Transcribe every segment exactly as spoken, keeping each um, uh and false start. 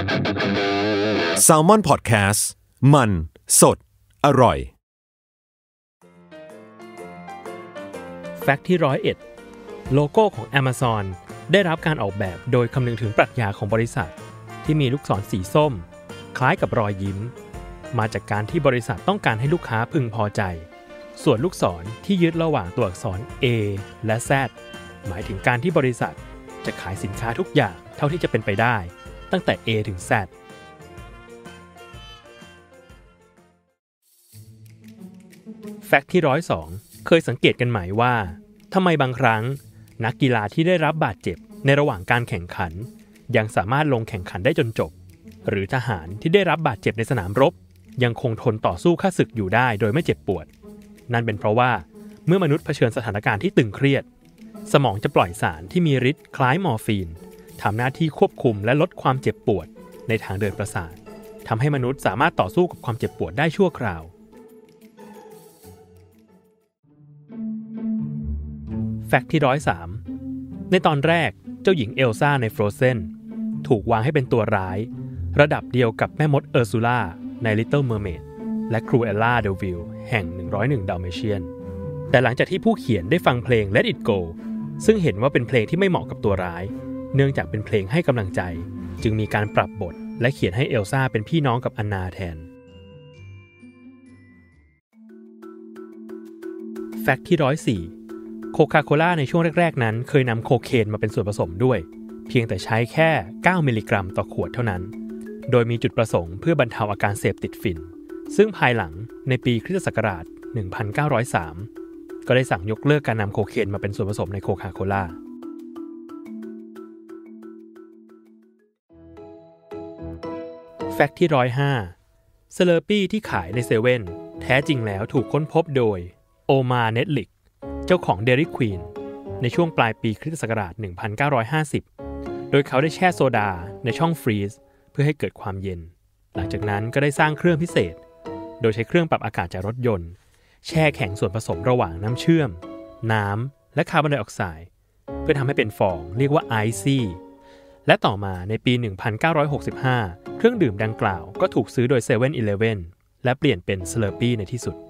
Salmon Podcast มันสดอร่อยแฟกต์ที่หนึ่งร้อยเอ็ดโลโก้ของ Amazon ได้รับการออกแบบโดยคำนึงถึงปรัชญาของบริษัทที่มีลูกศรสีส้มคล้ายกับรอยยิ้มมาจากการที่บริษัทต้องการให้ลูกค้าพึงพอใจส่วนลูกศรที่ยึดระหว่างตัวอักษร A และ Z หมายถึงการที่บริษัทจะขายสินค้าทุกอย่างเท่าที่จะเป็นไปได้ตั้งแต่ A ถึง Z แฟกต์ที่หนึ่งร้อยสองเคยสังเกตกันไหมว่าทำไมบางครั้งนักกีฬาที่ได้รับบาดเจ็บในระหว่างการแข่งขันยังสามารถลงแข่งขันได้จนจบหรือทหารที่ได้รับบาดเจ็บในสนามรบยังคงทนต่อสู้ข้าศึกอยู่ได้โดยไม่เจ็บปวดนั่นเป็นเพราะว่าเมื่อมนุษย์เผชิญสถานการณ์ที่ตึงเครียดสมองจะปล่อยสารที่มีฤทธิ์คล้ายมอร์ฟีนทำหน้าที่ควบคุมและลดความเจ็บปวดในทางเดินประสาททำให้มนุษย์สามารถต่อสู้กับความเจ็บปวดได้ชั่วคราวแฟกต์ที่หนึ่งร้อยสามในตอนแรกเจ้าหญิงเอลซ่าใน Frozen ถูกวางให้เป็นตัวร้ายระดับเดียวกับแม่มดเออร์ซูล่าใน Little Mermaid และครูเอลล่าเดลวิลแห่งหนึ่งร้อยเอ็ด Dalmatian แต่หลังจากที่ผู้เขียนได้ฟังเพลง Let It Go ซึ่งเห็นว่าเป็นเพลงที่ไม่เหมาะกับตัวร้ายเนื่องจากเป็นเพลงให้กำลังใจจึงมีการปรับบทและเขียนให้เอลซ่าเป็นพี่น้องกับอันนาแทนแฟกต์ที่หนึ่งร้อยสี่โคคาโคล่าในช่วงแรกๆนั้นเคยนำโคเคนมาเป็นส่วนผสมด้วยเพียงแต่ใช้แค่เก้ามิลลิกรัมต่อขวดเท่านั้นโดยมีจุดประสงค์เพื่อบรรเทาอาการเสพติดฝิ่นซึ่งภายหลังในปีคริสตศักราชหนึ่งพันเก้าร้อยสามก็ได้สั่งยกเลิกการนำโคเคนมาเป็นส่วนผสมในโคคาโคล่าแฟกต์ที่หนึ่งร้อยห้าสเลอร์ปี้ที่ขายในเซเว่นแท้จริงแล้วถูกค้นพบโดยโอมาร์เน็ตลิกเจ้าของ Dairy Queen ในช่วงปลายปีคริสตศักราชหนึ่งพันเก้าร้อยห้าสิบโดยเขาได้แช่โซดาในช่องฟรีซเพื่อให้เกิดความเย็นหลังจากนั้นก็ได้สร้างเครื่องพิเศษโดยใช้เครื่องปรับอากาศจากรถยนต์แช่แข็งส่วนผสมระหว่างน้ำเชื่อมน้ำและคาร์บอนไดออกไซด์เพื่อทำให้เป็นฟองเรียกว่าไอซี่และต่อมาในปีหนึ่งพันเก้าร้อยหกสิบห้าเครื่องดื่มดังกล่าวก็ถูกซื้อโดย เซเว่น อีเลฟเว่น และเปลี่ยนเป็น Slurpee ในที่สุด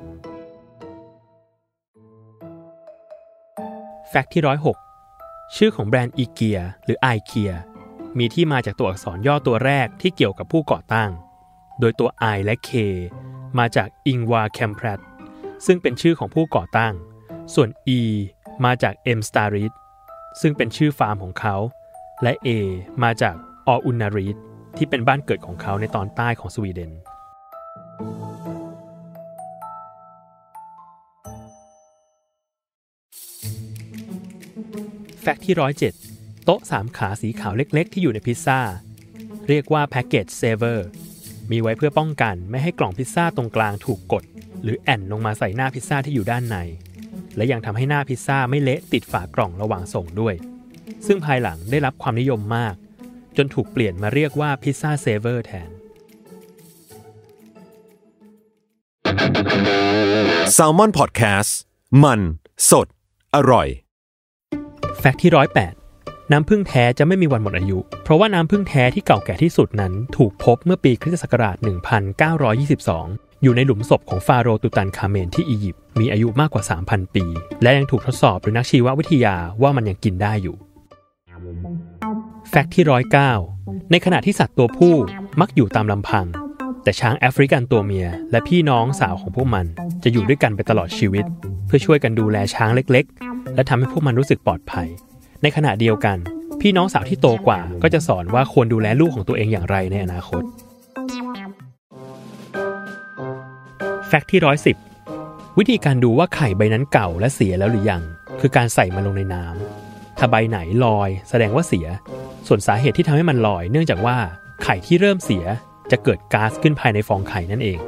แฟกต์ที่หนึ่งร้อยหกชื่อของแบรนด์อีเกียหรือ IKEA มีที่มาจากตัวอักษรย่อตัวแรกที่เกี่ยวกับผู้ก่อตั้งโดยตัว I และ K มาจากอิงวา แคมแพรตซึ่งเป็นชื่อของผู้ก่อตั้งส่วน E มาจาก M สตาริดซึ่งเป็นชื่อฟาร์มของเขาและ A มาจากอออุนาริดที่เป็นบ้านเกิดของเขาในตอนใต้ของสวีเดนแฟกต์ที่หนึ่งร้อยเจ็ดโต๊ะสามขาสีขาวเล็กๆที่อยู่ในพิซซ่าเรียกว่า Package Saver มีไว้เพื่อป้องกันไม่ให้กล่องพิซซ่าตรงกลางถูกกดหรือแอ่นลงมาใส่หน้าพิซซ่าที่อยู่ด้านในและยังทำให้หน้าพิซซ่าไม่เละติดฝากล่องระหว่างส่งด้วยซึ่งภายหลังได้รับความนิยมมากจนถูกเปลี่ยนมาเรียกว่าพิซซ่าเซเวอร์แทน Salmon Podcast มันสดอร่อยแฟกต์ที่หนึ่งร้อยแปดน้ำผึ้งแท้จะไม่มีวันหมดอายุเพราะว่าน้ำผึ้งแท้ที่เก่าแก่ที่สุดนั้นถูกพบเมื่อปีคริสตศักราชหนึ่งพันเก้าร้อยยี่สิบสองอยู่ในหลุมศพของฟาโรห์ตุตันคาเมนที่อียิปต์มีอายุมากกว่า สามพัน ปีและยังถูกทดสอบโดยนักชีววิทยาว่ามันยังกินได้อยู่แฟกต์ที่หนึ่งร้อยเก้าในขณะที่สัตว์ตัวผู้มักอยู่ตามลำพังแต่ช้างแอฟริกันตัวเมียและพี่น้องสาวของพวกมันจะอยู่ด้วยกันไปตลอดชีวิตเพื่อช่วยกันดูแลช้างเล็กๆและทำให้พวกมันรู้สึกปลอดภัยในขณะเดียวกันพี่น้องสาวที่โตกว่าก็จะสอนว่าควรดูแลลูกของตัวเองอย่างไรในอนาคตแฟกต์ที่หนึ่งร้อยสิบวิธีการดูว่าไข่ใบนั้นเก่าและเสียแล้วหรือยังคือการใส่มันลงในน้ำถ้าใบไหนลอยแสดงว่าเสียส่วนสาเหตุที่ทำให้มันลอยเนื่องจากว่าไข่ที่เริ่มเสียจะเกิดก๊าซขึ้นภายในฟองไข่นั่นเอง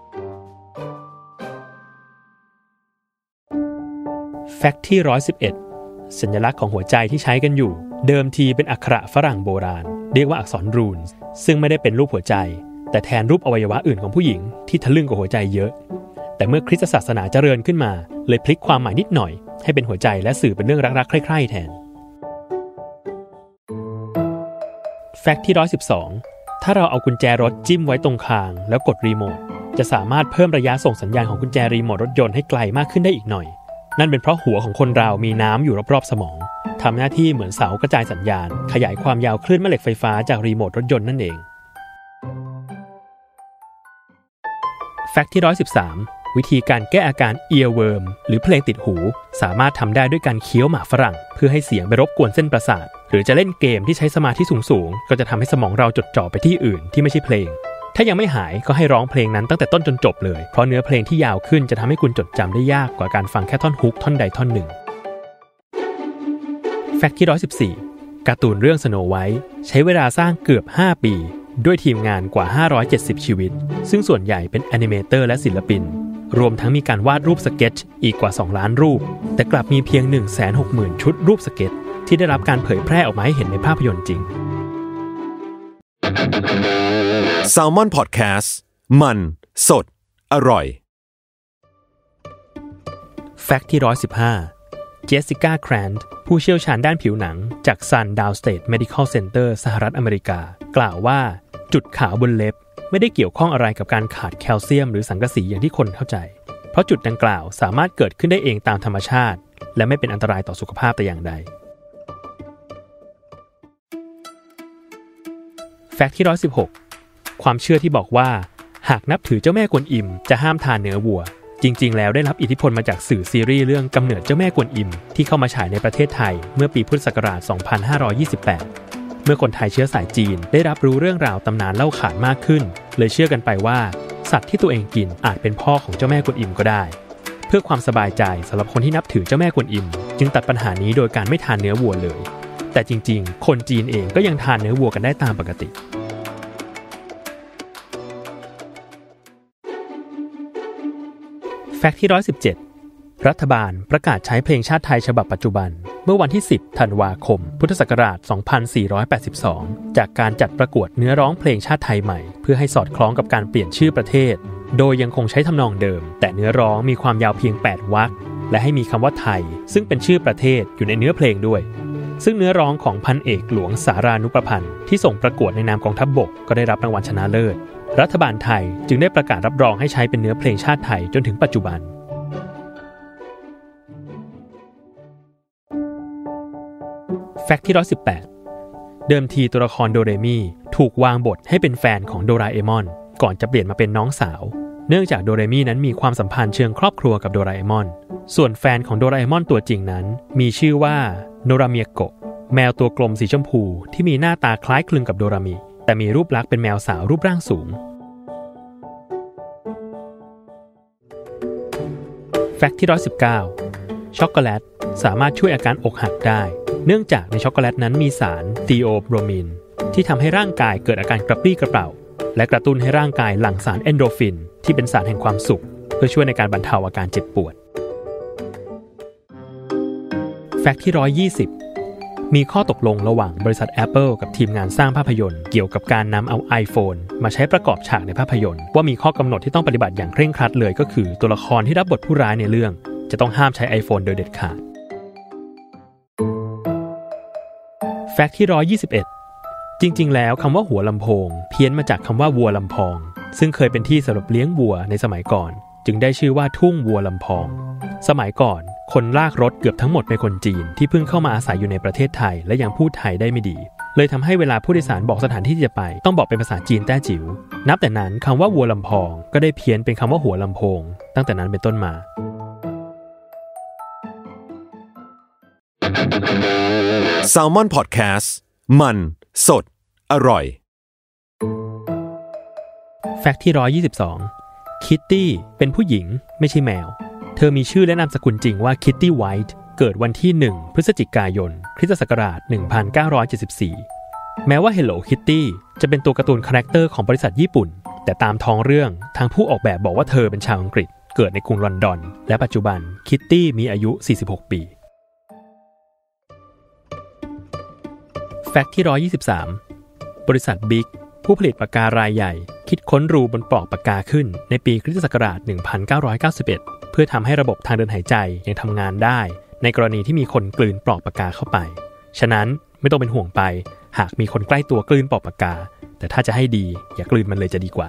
แฟกต์ที่หนึ่งร้อยสิบเอ็ดสัญลักษณ์ของหัวใจที่ใช้กันอยู่เดิมทีเป็นอักขระฝรั่งโบราณเรียกว่าอักษรรูนส์ซึ่งไม่ได้เป็นรูปหัวใจแต่แทนรูปอวัยวะอื่นของผู้หญิงที่ทะลึ่งกว่าหัวใจเยอะแต่เมื่อคริสตศาสนาเจริญขึ้นมาเลยพลิกความหมายนิดหน่อยให้เป็นหัวใจและสื่อเป็นเรื่องรักๆใคร่ๆแทนแฟกต์ที่หนึ่งร้อยสิบสองถ้าเราเอากุญแจรถจิ้มไว้ตรงคางแล้วกดรีโมทจะสามารถเพิ่มระยะส่งสัญญาณของกุญแจรีโมทรถยนต์ให้ไกลมากขึ้นได้อีกหน่อยนั่นเป็นเพราะหัวของคนเรามีน้ำอยู่รอบๆสมองทำหน้าที่เหมือนเสากระจายสัญญาณขยายความยาวคลื่นแม่เหล็กไฟฟ้าจากรีโมทรถยนต์นั่นเองแฟกต์ที่หนึ่งร้อยสิบสามวิธีการแก้อาการ earworm หรือเพลงติดหูสามารถทำได้ด้วยการเคี้ยวหมากฝรั่งเพื่อให้เสียงไปรบกวนเส้นประสาทหรือจะเล่นเกมที่ใช้สมาธิสูงๆก็จะทำให้สมองเราจดจ่อไปที่อื่นที่ไม่ใช่เพลงถ้ายังไม่หายก็ให้ร้องเพลงนั้นตั้งแต่ต้นจนจบเลยเพราะเนื้อเพลงที่ยาวขึ้นจะทำให้คุณจดจำได้ยากกว่าการฟังแค่ท่อนฮุกท่อนใดท่อนหนึ่งแฟกต์ที่หนึ่งร้อยสิบสี่การ์ตูนเรื่อง Snow White ใช้เวลาสร้างเกือบห้าปีด้วยทีมงานกว่าห้าร้อยเจ็ดสิบชีวิตซึ่งส่วนใหญ่เป็นแอนิเมเตอร์และศิลปินรวมทั้งมีการวาดรูปสเก็ตช์อีกกว่าสองล้านรูปแต่กลับมีเพียง หนึ่งแสนหกหมื่น ชุดรูปสเก็ตที่ได้รับการเผยแพร่ออกมาให้เห็นในภาพยนตร์จริง Salmon Podcast มันสดอร่อยแฟกต์ที่หนึ่งร้อยสิบห้าเจสสิก้า แครนต์ผู้เชี่ยวชาญด้านผิวหนังจาก Sun Downstate Medical Center สหรัฐอเมริกากล่าวว่าจุดขาวบนเล็บไม่ได้เกี่ยวข้องอะไรกับการขาดแคลเซียมหรือสังกะสีอย่างที่คนเข้าใจเพราะจุดดังกล่าวสามารถเกิดขึ้นได้เองตามธรรมชาติและไม่เป็นอันตรายต่อสุขภาพแต่อย่างใดแฟกต์ที่หนึ่งร้อยสิบหกความเชื่อที่บอกว่าหากนับถือเจ้าแม่กวนอิมจะห้ามทานเนื้อวัวจริงๆแล้วได้รับอิทธิพลมาจากสื่อซีรีส์เรื่องกำเนิดเจ้าแม่กวนอิมที่เข้ามาฉายในประเทศไทยเมื่อปีพุทธศักราชสองพันห้าร้อยยี่สิบแปดเมื่อคนไทยเชื้อสายจีนได้รับรู้เรื่องราวตำนานเล่าขานมากขึ้นเลยเชื่อกันไปว่าสัตว์ที่ตัวเองกินอาจเป็นพ่อของเจ้าแม่กวนอิมก็ได้เพื่อความสบายใจสำหรับคนที่นับถือเจ้าแม่กวนอิมจึงตัดปัญหานี้โดยการไม่ทานเนื้อวัวเลยแต่จริงๆคนจีนเองก็ยังทานเนื้อวัวกันได้ตามปกติแฟกต์ที่หนึ่งร้อยสิบเจ็ดรัฐบาลประกาศใช้เพลงชาติไทยฉบับปัจจุบันเมื่อวันที่สิบธันวาคมพุทธศักราชสองพันสี่ร้อยแปดสิบสองจากการจัดประกวดเนื้อร้องเพลงชาติไทยใหม่เพื่อให้สอดคล้องกับการเปลี่ยนชื่อประเทศโดยยังคงใช้ทำนองเดิมแต่เนื้อร้องมีความยาวเพียงแปดวรรคและให้มีคำว่าไทยซึ่งเป็นชื่อประเทศอยู่ในเนื้อเพลงด้วยซึ่งเนื้อร้องของพันเอกหลวงสารานุประพันธ์ที่ส่งประกวดในนามกองทัพบกก็ได้รับรางวัลชนะเลิศรัฐบาลไทยจึงได้ประกาศรับรองให้ใช้เป็นเนื้อเพลงชาติไทยจนถึงปัจจุบันแฟกต์ที่หนึ่งร้อยสิบแปดเดิมทีตัวละครโดเรมีถูกวางบทให้เป็นแฟนของโดราเอมอนก่อนจะเปลี่ยนมาเป็นน้องสาวเนื่องจากโดเรมีนั้นมีความสัมพันธ์เชิงครอบครัวกับโดราเอมอนส่วนแฟนของโดราเอมอนตัวจริงนั้นมีชื่อว่าโนราเมียโกะแมวตัวกลมสีชมพูที่มีหน้าตาคล้ายคลึงกับโดรามิแต่มีรูปลักษณ์เป็นแมวสาวรูปร่างสูงแฟกต์ที่หนึ่งร้อยสิบเก้าช็อกโกแลตสามารถช่วยอาการอกหักได้เนื่องจากในช็อกโกแลตนั้นมีสารธีโอโบรมีนที่ทำให้ร่างกายเกิดอาการกระปรี้กระเปร่าและกระตุ้นให้ร่างกายหลั่งสารเอนโดรฟินที่เป็นสารแห่งความสุขเพื่อช่วยในการบรรเทาอาการเจ็บปวดแฟกต์ที่หนึ่งร้อยยี่สิบมีข้อตกลงระหว่างบริษัท Apple กับทีมงานสร้างภาพยนตร์เกี่ยวกับการนำเอา iPhone มาใช้ประกอบฉากในภาพยนตร์ว่ามีข้อกำหนดที่ต้องปฏิบัติอย่างเคร่งครัดเลยก็คือตัวละครที่รับบทผู้ร้ายในเรื่องจะต้องห้ามใช้ iPhone โดยเด็ดขาดแฟกต์ที่หนึ่งร้อยยี่สิบเอ็ดจริงๆแล้วคำว่าหัวลำโพงเพี้ยนมาจากคำว่าวัวลำพองซึ่งเคยเป็นที่สำหรับเลี้ยงวัวในสมัยก่อนจึงได้ชื่อว่าทุ่งวัวลำพองสมัยก่อนคนลากรถเกือบทั้งหมดเป็นคนจีนที่เพิ่งเข้ามาอาศัยอยู่ในประเทศไทยและยังพูดไทยได้ไม่ดีเลยทำให้เวลาผู้โดยสารบอกสถานที่ที่จะไปต้องบอกเป็นภาษาจีนแต้จิ๋วนับแต่นั้นคำว่าวัวลำพองก็ได้เพี้ยนเป็นคำว่าหัวลำโพงตั้งแต่นั้นเป็นต้นมา Salmon Podcast มันสดอร่อยแฟกต์ที่หนึ่งร้อยยี่สิบสองคิตตี้เป็นผู้หญิงไม่ใช่แมวเธอมีชื่อและนามสกุลจริงว่าคิตตี้ไวท์เกิดวันที่หนึ่งพฤศจิกายนคริสตศักราชหนึ่งพันเก้าร้อยเจ็ดสิบสี่แม้ว่า Hello Kitty จะเป็นตัวการ์ตูนคาแรคเตอร์ของบริษัทญี่ปุ่นแต่ตามท้องเรื่องทางผู้ออกแบบบอกว่าเธอเป็นชาวอังกฤษเกิดในกรุงลอนดอนและปัจจุบันคิตตี้มีอายุสี่สิบหกปีแฟกต์ที่หนึ่งร้อยยี่สิบสามบริษัทบิ๊กผู้ผลิตปากการายใหญ่คิดค้นรูบนปลอกปากกาขึ้นในปีคริสตศักราชหนึ่งพันเก้าร้อยเก้าสิบเอ็ดเพื่อทำให้ระบบทางเดินหายใจยังทำงานได้ในกรณีที่มีคนกลืนปลอกปากกาเข้าไปฉะนั้นไม่ต้องเป็นห่วงไปหากมีคนใกล้ตัวกลืนปอบปากกาแต่ถ้าจะให้ดีอย่ากลืนมันเลยจะดีกว่า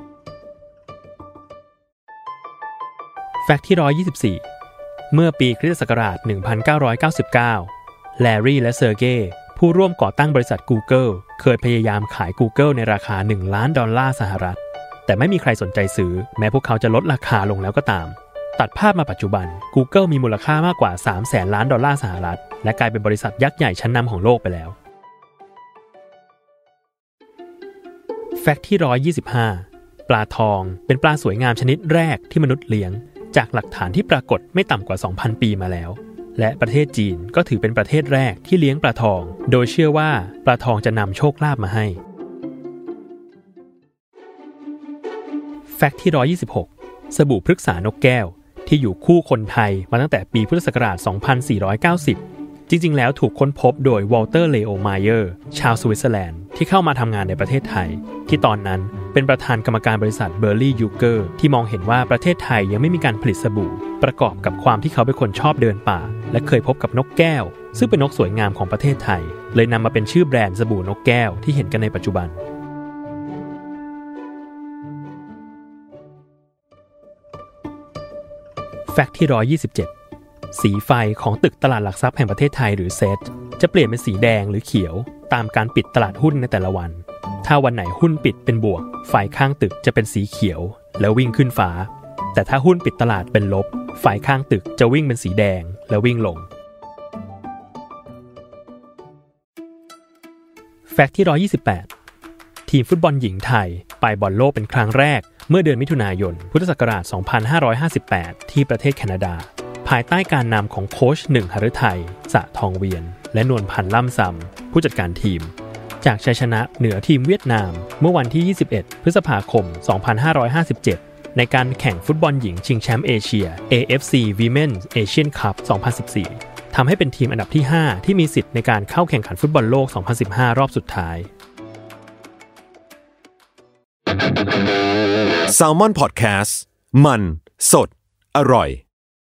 แฟกต์ที่หนึ่งร้อยยี่สิบสี่เมื่อปีคริสตศักราชหนึ่งพันเก้าร้อยเก้าสิบเก้าแลรี่และเซอร์เกย์ผู้ร่วมก่อตั้งบริษัท Google เคยพยายามขาย Google ในราคาหนึ่งล้านดอลลาร์สหรัฐแต่ไม่มีใครสนใจซื้อแม้พวกเขาจะลดราคาลงแล้วก็ตามตัดภาพมาปัจจุบัน Google มีมูลค่ามากกว่าสามแสนล้านดอลลาร์สหรัฐและกลายเป็นบริษัทยักษ์ใหญ่ชั้นนำของโลกไปแล้วแฟกต์ที่หนึ่งร้อยยี่สิบห้าปลาทองเป็นปลาสวยงามชนิดแรกที่มนุษย์เลี้ยงจากหลักฐานที่ปรากฏไม่ต่ำกว่า สองพัน ปีมาแล้วและประเทศจีนก็ถือเป็นประเทศแรกที่เลี้ยงปลาทองโดยเชื่อว่าปลาทองจะนำโชคลาภมาให้แฟกต์ที่หนึ่งร้อยยี่สิบหกสบู่พฤกษานกแก้วที่อยู่คู่คนไทยมาตั้งแต่ปีพุทธศักราชสองพันสี่ร้อยเก้าสิบจริงๆแล้วถูกค้นพบโดยวอลเตอร์เลโอไมเออร์ชาวสวิตเซอร์แลนด์ที่เข้ามาทำงานในประเทศไทยที่ตอนนั้นเป็นประธานกรรมการบริษัทเบอร์ลี่ยูเกอร์ที่มองเห็นว่าประเทศไทยยังไม่มีการผลิตสบู่ประกอบกับความที่เขาเป็นคนชอบเดินป่าและเคยพบกับนกแก้วซึ่งเป็นนกสวยงามของประเทศไทยเลยนำมาเป็นชื่อแบรนด์สบู่นกแก้วที่เห็นกันในปัจจุบันแฟกต์ที่หนึ่งร้อยยี่สิบเจ็ดสีไฟของตึกตลาดหลักทรัพย์แห่งประเทศไทยหรือเซตจะเปลี่ยนเป็นสีแดงหรือเขียวตามการปิดตลาดหุ้นในแต่ละวันถ้าวันไหนหุ้นปิดเป็นบวกไฟข้างตึกจะเป็นสีเขียวแล้ววิ่งขึ้นฟ้าแต่ถ้าหุ้นปิดตลาดเป็นลบไฟข้างตึกจะวิ่งเป็นสีแดงแล้ววิ่งลงแฟกต์ที่หนึ่งร้อยยี่สิบแปดทีมฟุตบอลหญิงไทยไปบอลโลกเป็นครั้งแรกเมื่อเดือนมิถุนายนพุทธศักราชสองพันห้าร้อยห้าสิบแปดที่ประเทศแคนาดาภายใต้การนำของโค้ชหนึ่งหฤทัยสะทองเวียนและนวลพันธ์ล่ำซำผู้จัดการทีมจากชัยชนะเหนือทีมเวียดนามเมื่อวันที่ยี่สิบเอ็ดพฤษภาคมสองพันห้าร้อยห้าสิบเจ็ดในการแข่งฟุตบอลหญิงชิงแชมป์เอเชีย เอ เอฟ ซี Women's Asian Cup สองพันสิบสี่ทำให้เป็นทีมอันดับที่ห้าที่มีสิทธิ์ในการเข้าแข่งขันฟุตบอลโลกสองพันสิบห้ารอบสุดท้าย Salmon Podcast มันสดอร่อย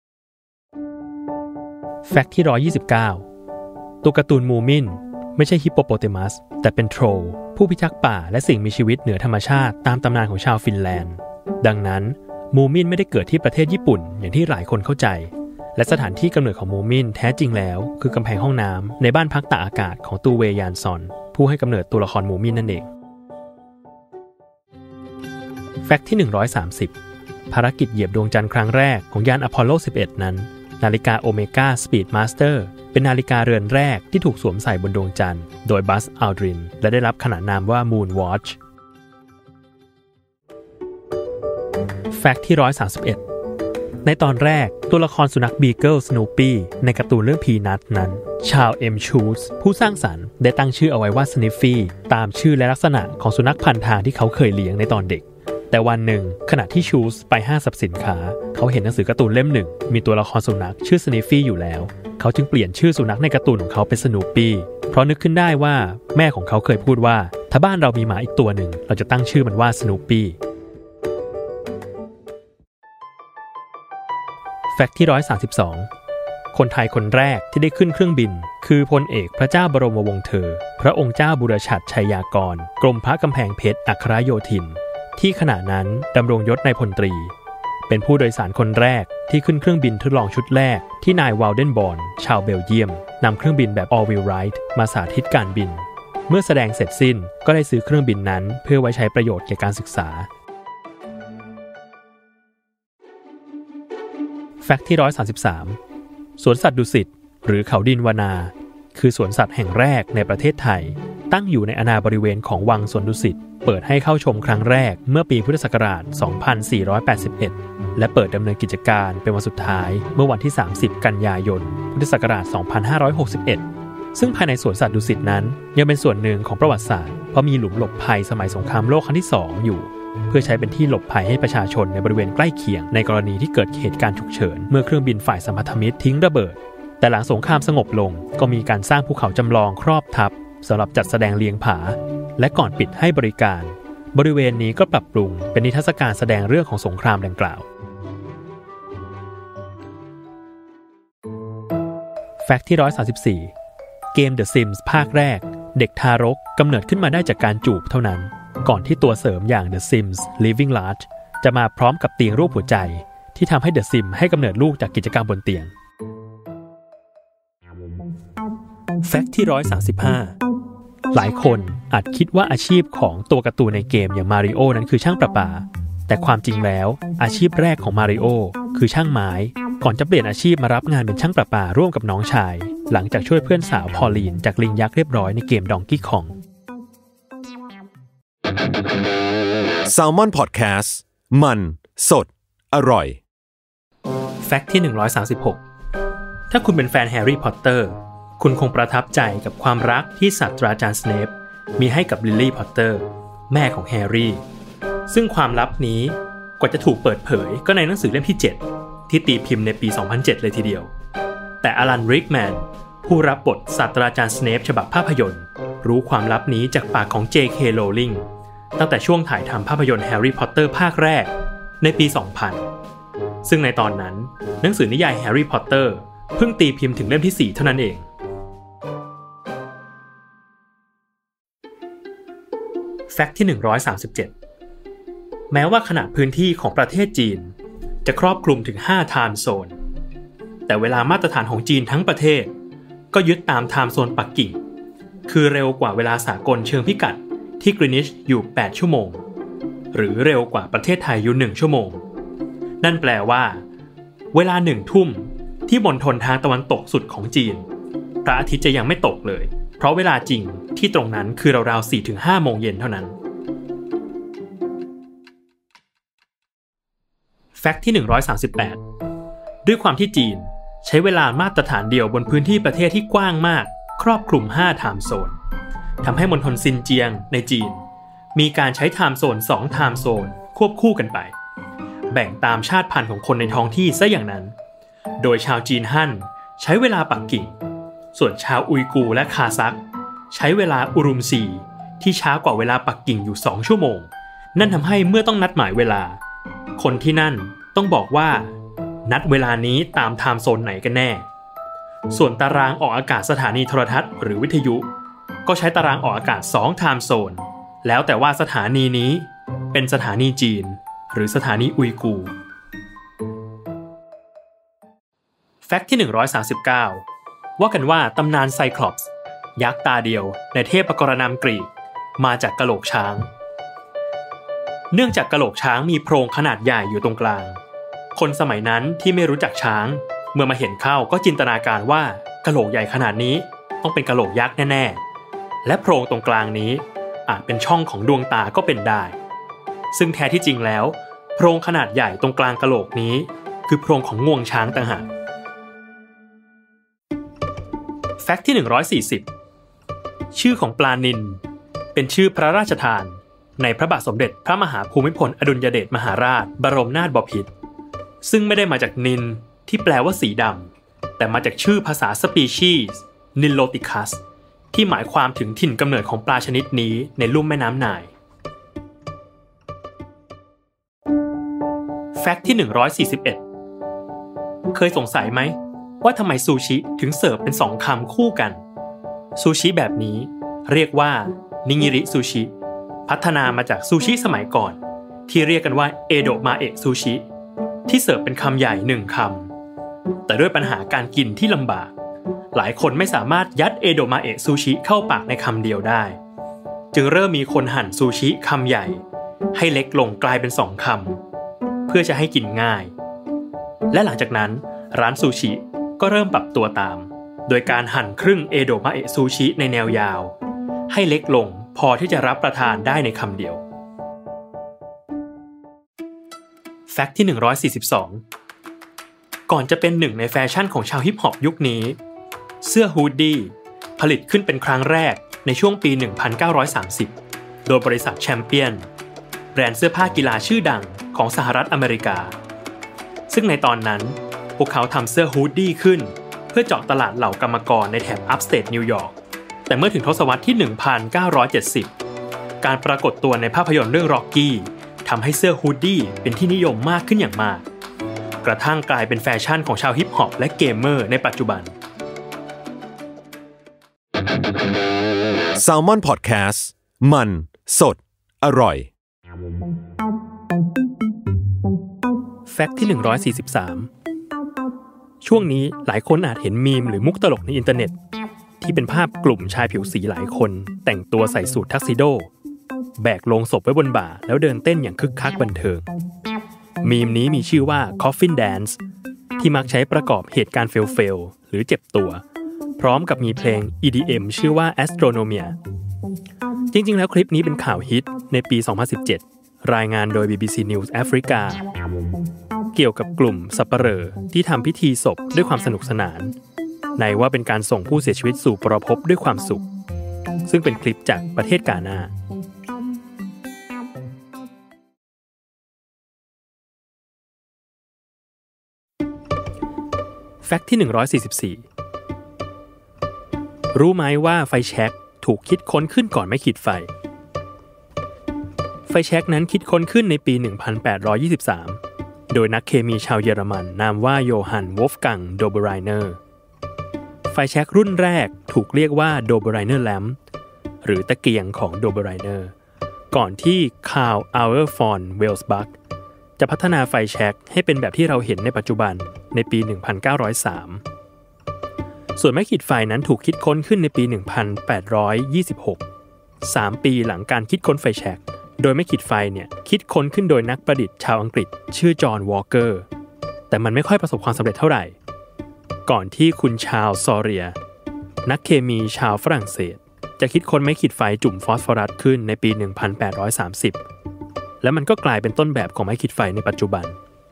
แฟกต์ที่หนึ่งร้อยยี่สิบเก้าตัวการ์ตูนมูมินไม่ใช่ฮิปโปโปเตมัสแต่เป็นโทรผู้พิทักษ์ป่าและสิ่งมีชีวิตเหนือธรรมชาติตามตำนานของชาวฟินแลนด์ดังนั้นมูมินไม่ได้เกิดที่ประเทศญี่ปุ่นอย่างที่หลายคนเข้าใจและสถานที่กำเนิดของมูมินแท้จริงแล้วคือกำแพงห้องน้ำในบ้านพักตากอากาศของตูเวยานซอนผู้ให้กำเนิดตัวละครมูมินนั่นเองแฟกต์ที่หนึ่งร้อยสามสิบภารกิจเหยียบดวงจันทร์ครั้งแรกของยานอพอลโลสิบเอ็ดนั้นนาฬิกาโอเมก้าสปีดมาสเตอร์เป็นนาฬิกาเรือนแรกที่ถูกสวมใส่บนดวงจันทร์โดยบัสอัลดรินและได้รับขนานนามว่า Moon Watch แฟกต์ที่หนึ่งร้อยสามสิบเอ็ดในตอนแรกตัวละครสุนัขบีเกิลสโนปี้ในการ์ตูนเรื่องพีนัทนั้นชาวเอ็มชูสผู้สร้างสรรค์ได้ตั้งชื่อเอาไว้ว่าสนิฟฟี่ตามชื่อและลักษณะของสุนัขพันทางที่เขาเคยเลี้ยงในตอนเด็กแต่วันหนึ่งขณะที่ชูสไปห้างสรรพสินค้าเขาเห็นหนังสือการ์ตูนเล่มหนึ่งมีตัวละครสุนัขชื่อสนิฟฟี่อยู่แล้วเขาจึงเปลี่ยนชื่อสุนัขในการ์ตูนของเขาเป็นสนูปปี้เพราะนึกขึ้นได้ว่าแม่ของเขาเคยพูดว่าถ้าบ้านเรามีหมาอีกตัวหนึ่งเราจะตั้งชื่อมันว่าสนูปปี้แฟกต์ที่หนึ่งร้อยสามสิบสองคนไทยคนแรกที่ได้ขึ้นเครื่องบินคือพลเอกพระเจ้าบรมวงศ์เธอพระองค์เจ้าบุรชัดชัยยากรกรมพระกำแพงเพชรอัครโยธินที่ขณะนั้นดำรงยศนายพลตรีเป็นผู้โดยสารคนแรกที่ขึ้นเครื่องบินทดลองชุดแรกที่นายวาลเดนบอร์นชาวเบลเยียมนำเครื่องบินแบบ all wheel ride มาสาธิตการบินเมื่อแสดงเสร็จสิ้นก็ได้ซื้อเครื่องบินนั้นเพื่อไว้ใช้ประโยชน์แก่การศึกษาแฟกต์ที่หนึ่งร้อยสามสิบสามสวนสัตว์ดุสิตหรือเขาดินวนาคือสวนสัตว์แห่งแรกในประเทศไทยตั้งอยู่ในอาณาบริเวณของวังสวนดุสิตเปิดให้เข้าชมครั้งแรกเมื่อปีพุทธศักราชสองพันสี่ร้อยแปดสิบเอ็ดและเปิดดำเนินกิจการเป็นวันสุดท้ายเมื่อวันที่สามสิบกันยายนพุทธศักราชสองพันห้าร้อยหกสิบเอ็ดซึ่งภายในสวนสัตว์ดุสิตนั้นยังเป็นส่วนหนึ่งของประวัติศาสตร์เพราะมีหลุมหลบภัยสมัยสงครามโลกครั้งที่สองอยู่เพื่อใช้เป็นที่หลบภัยให้ประชาชนในบริเวณใกล้เคียงในกรณีที่เกิดเหตุการณ์ฉุกเฉินเมื่อเครื่องบินฝ่ายสัมพันธมิตรทิ้งระเบิดแต่หลังสงครามสงบลงก็มีการสร้างภูเขาจำลองครอบทับสำหรับจัดแสดงเลียงผาและก่อนปิดให้บริการบริเวณนี้ก็ปรับปรุงเป็นนิทรรศการแสดงเรื่องของสงครามดังกล่าวแฟกต์ที่หนึ่งร้อยสามสิบสี่เกม The Sims ภาคแรกเด็กทารกกำเนิดขึ้นมาได้จากการจูบเท่านั้นก่อนที่ตัวเสริมอย่าง The Sims Living Large จะมาพร้อมกับเตียงรูปหัวใจที่ทำให้ The Sims ให้กำเนิดลูกจากกิจกรรมบนเตียงแฟกต์ที่หนึ่งร้อยสามสิบห้าหลายคนอาจคิดว่าอาชีพของตัวการ์ตูนในเกมอย่างมาริโอนั้นคือช่างประปาแต่ความจริงแล้วอาชีพแรกของมาริโอคือช่างไม้ก่อนจะเปลี่ยนอาชีพมารับงานเป็นช่างประปาร่วมกับน้องชายหลังจากช่วยเพื่อนสาวพอลลีนจากลิงยักษ์เรียบร้อยในเกมดองกี้คอง Salmon Podcast มันสดอร่อยแฟกต์ที่หนึ่งร้อยสามสิบหกถ้าคุณเป็นแฟนแฮร์รี่พอตเตอร์คุณคงประทับใจกับความรักที่ศาสตราจารย์สเนปมีให้กับลิลลี่พอตเตอร์แม่ของแฮร์รี่ซึ่งความลับนี้กว่าจะถูกเปิดเผยก็ในหนังสือเล่มที่เจ็ดที่ตีพิมพ์ในปีสองพันเจ็ดเลยทีเดียวแต่อลัน ริกแมนผู้รับบทศาสตราจารย์สเนปฉบับภาพยนตร์รู้ความลับนี้จากปากของ เจ เค Rowling ตั้งแต่ช่วงถ่ายทำภาพยนตร์แฮร์รี่พอตเตอร์ภาคแรกในปีสองพันซึ่งในตอนนั้นหนังสือนิยายแฮร์รี่พอตเตอร์เพิ่งตีพิมพ์ถึงเล่มที่สี่เท่านั้นเองแฟกต์ที่หนึ่งร้อยสามสิบเจ็ดแม้ว่าขนาดพื้นที่ของประเทศจีนจะครอบคลุมถึงห้าไทม์โซนแต่เวลามาตรฐานของจีนทั้งประเทศก็ยึดตามไทม์โซนปักกิ่งคือเร็วกว่าเวลาสากลเชิงพิกัดที่กรีนิชอยู่แปดชั่วโมงหรือเร็วกว่าประเทศไทยอยู่หนึ่งชั่วโมงนั่นแปลว่าเวลาหนึ่งทุ่มที่มณฑลทางตะวันตกสุดของจีนพระอาทิตย์จะยังไม่ตกเลยเพราะเวลาจริงที่ตรงนั้นคือราวๆ สี่ถึงห้า โมงเย็นเท่านั้นแฟกต์ที่หนึ่งร้อยสามสิบแปดด้วยความที่จีนใช้เวลามาตรฐานเดียวบนพื้นที่ประเทศที่กว้างมากครอบคลุมห้าไทม์โซนทำให้มณฑลซินเจียงในจีนมีการใช้ไทม์โซนสองไทม์โซนควบคู่กันไปแบ่งตามชาติพันธุ์ของคนในท้องที่ซะอย่างนั้นโดยชาวจีนฮั่นใช้เวลาปักกิ่งส่วนชาวอุยกูร์และคาซัคใช้เวลาอุรุมซีที่ช้ากว่าเวลาปักกิ่งอยู่สองชั่วโมงนั่นทำให้เมื่อต้องนัดหมายเวลาคนที่นั่นต้องบอกว่านัดเวลานี้ตามไทม์โซนไหนกันแน่ส่วนตารางออกอากาศสถานีโทรทัศน์หรือวิทยุก็ใช้ตารางออกอากาศสองไทม์โซนแล้วแต่ว่าสถานีนี้เป็นสถานีจีนหรือสถานีอุยกูร์แฟกต์ที่หนึ่งร้อยสามสิบเก้าว่ากันว่าตำนานไซคลอปส์ยักษ์ตาเดียวในเทพกรณามกรีกมาจากกะโหลกช้างเนื่องจากกะโหลกช้างมีโพรงขนาดใหญ่อยู่ตรงกลางคนสมัยนั้นที่ไม่รู้จักช้างเมื่อมาเห็นเข้าก็จินตนาการว่ากะโหลกใหญ่ขนาดนี้ต้องเป็นกะโหลกยักษ์แน่ๆและโพรงตรงกลางนี้อาจเป็นช่องของดวงตาก็เป็นได้ซึ่งแท้ที่จริงแล้วโพรงขนาดใหญ่ตรงกลางกะโหลกนี้คือโพรงของงวงช้างต่างหากแฟกต์ที่หนึ่งร้อยสี่สิบชื่อของปลานิลเป็นชื่อพระราชทานในพระบาทสมเด็จพระมหาภูมิพลอดุลยเดชมหาราชบรมนาถบพิตรซึ่งไม่ได้มาจากนิลที่แปลว่าสีดำแต่มาจากชื่อภาษาสปีชีส์นิลโลติคัสที่หมายความถึงถิ่นกำเนิดของปลาชนิดนี้ในลุ่มแม่น้ำไนล์แฟกต์ที่หนึ่งร้อยสี่สิบเอ็ดเคยสงสัยไหมว่าทำไมซูชิถึงเสิร์ฟเป็นสองคำคู่กันซูชิแบบนี้เรียกว่านิงิริซูชิพัฒนามาจากซูชิสมัยก่อนที่เรียกกันว่าเอโดะมาเอะซูชิที่เสิร์ฟเป็นคำใหญ่หนึ่งคำแต่ด้วยปัญหาการกินที่ลำบากหลายคนไม่สามารถยัดเอโดะมาเอะซูชิเข้าปากในคำเดียวได้จึงเริ่มมีคนหั่นซูชิคำใหญ่ให้เล็กลงกลายเป็นสองคำเพื่อจะให้กินง่ายและหลังจากนั้นร้านซูชิก็เริ่มปรับตัวตามโดยการหั่นครึ่งเอโดะมาเอะซูชิในแนวยาวให้เล็กลงพอที่จะรับประทานได้ในคำเดียวแฟกต์ที่หนึ่งร้อยสี่สิบสองก่อนจะเป็นหนึ่งในแฟชั่นของชาวฮิปฮอปยุคนี้เสื้อฮูดดี้ผลิตขึ้นเป็นครั้งแรกในช่วงปีหนึ่งพันเก้าร้อยสามสิบโดยบริษัทแชมเปี้ยนแบรนด์เสื้อผ้ากีฬาชื่อดังของสหรัฐอเมริกาซึ่งในตอนนั้นพวกเขาทำเสื้อฮูดดี้ขึ้นเพื่อเจาะตลาดเหล่ากรรมกรในแถบอัพสเตทนิวยอร์กแต่เมื่อถึงทศวรรษที่หนึ่งพันเก้าร้อยเจ็ดสิบการปรากฏตัวในภาพยนตร์เรื่องร็อกกี้ทำให้เสื้อฮูดดี้เป็นที่นิยมมากขึ้นอย่างมากกระทั่งกลายเป็นแฟชั่นของชาวฮิปฮอปและเกมเมอร์ในปัจจุบัน Salmon Podcast มันสดอร่อยแฟกต์ที่หนึ่งร้อยสี่สิบสามช่วงนี้หลายคนอาจเห็นมีมหรือมุกตลกในอินเทอร์เน็ตที่เป็นภาพกลุ่มชายผิวสีหลายคนแต่งตัวใส่สูททักซิโดแบกโลงศพไว้บนบ่าแล้วเดินเต้นอย่างคึกคักบันเทิงมีมนี้มีชื่อว่า Coffin Dance ที่มักใช้ประกอบเหตุการณ์เฟลๆหรือเจ็บตัวพร้อมกับมีเพลง อี ดี เอ็ม ชื่อว่า Astronomia จริงๆแล้วคลิปนี้เป็นข่าวฮิตในปี สองพันสิบเจ็ด รายงานโดย บี บี ซี News Africa เกี่ยวกับกลุ่มสัปเหร่อที่ทำพิธีศพด้วยความสนุกสนานในว่าเป็นการส่งผู้เสียชีวิตสู่ปรภพด้วยความสุขซึ่งเป็นคลิปจากประเทศกานาแฟกต์ที่หนึ่งร้อยสี่สิบสี่รู้ไหมว่าไฟแช็กถูกคิดค้นขึ้นก่อนไม้ขีดไฟไฟแช็กนั้นคิดค้นขึ้นในปี หนึ่งพันแปดร้อยยี่สิบสาม โดยนักเคมีชาวเยอรมันนามว่าโยฮัน วอล์ฟกัง โดเบอไรเนอร์ไฟแช็กรุ่นแรกถูกเรียกว่าโดเบอไรเนอร์แลมป์หรือตะเกียงของโดเบอไรเนอร์ก่อนที่คาร์ล อัลเออร์ฟอน เวลส์บัคจะพัฒนาไฟแช็กให้เป็นแบบที่เราเห็นในปัจจุบันในปี หนึ่งพันเก้าร้อยสาม ส่วนไม้ขีดไฟนั้นถูกคิดค้นขึ้นในปี หนึ่งพันแปดร้อยยี่สิบหก สามปีหลังการคิดค้นไฟแช็กโดยไม้ขีดไฟเนี่ยคิดค้นขึ้นโดยนักประดิษฐ์ชาวอังกฤษชื่อจอห์น วอลเกอร์แต่มันไม่ค่อยประสบความสำเร็จเท่าไหร่ก่อนที่คุณชาร์ล ซอเรียนักเคมีชาวฝรั่งเศสจะคิดค้นไม้ขีดไฟจุ่มฟอสฟอรัสขึ้นในปี หนึ่งพันแปดร้อยสามสิบ และมันก็กลายเป็นต้นแบบของไม้ขีดไฟในปัจจุบัน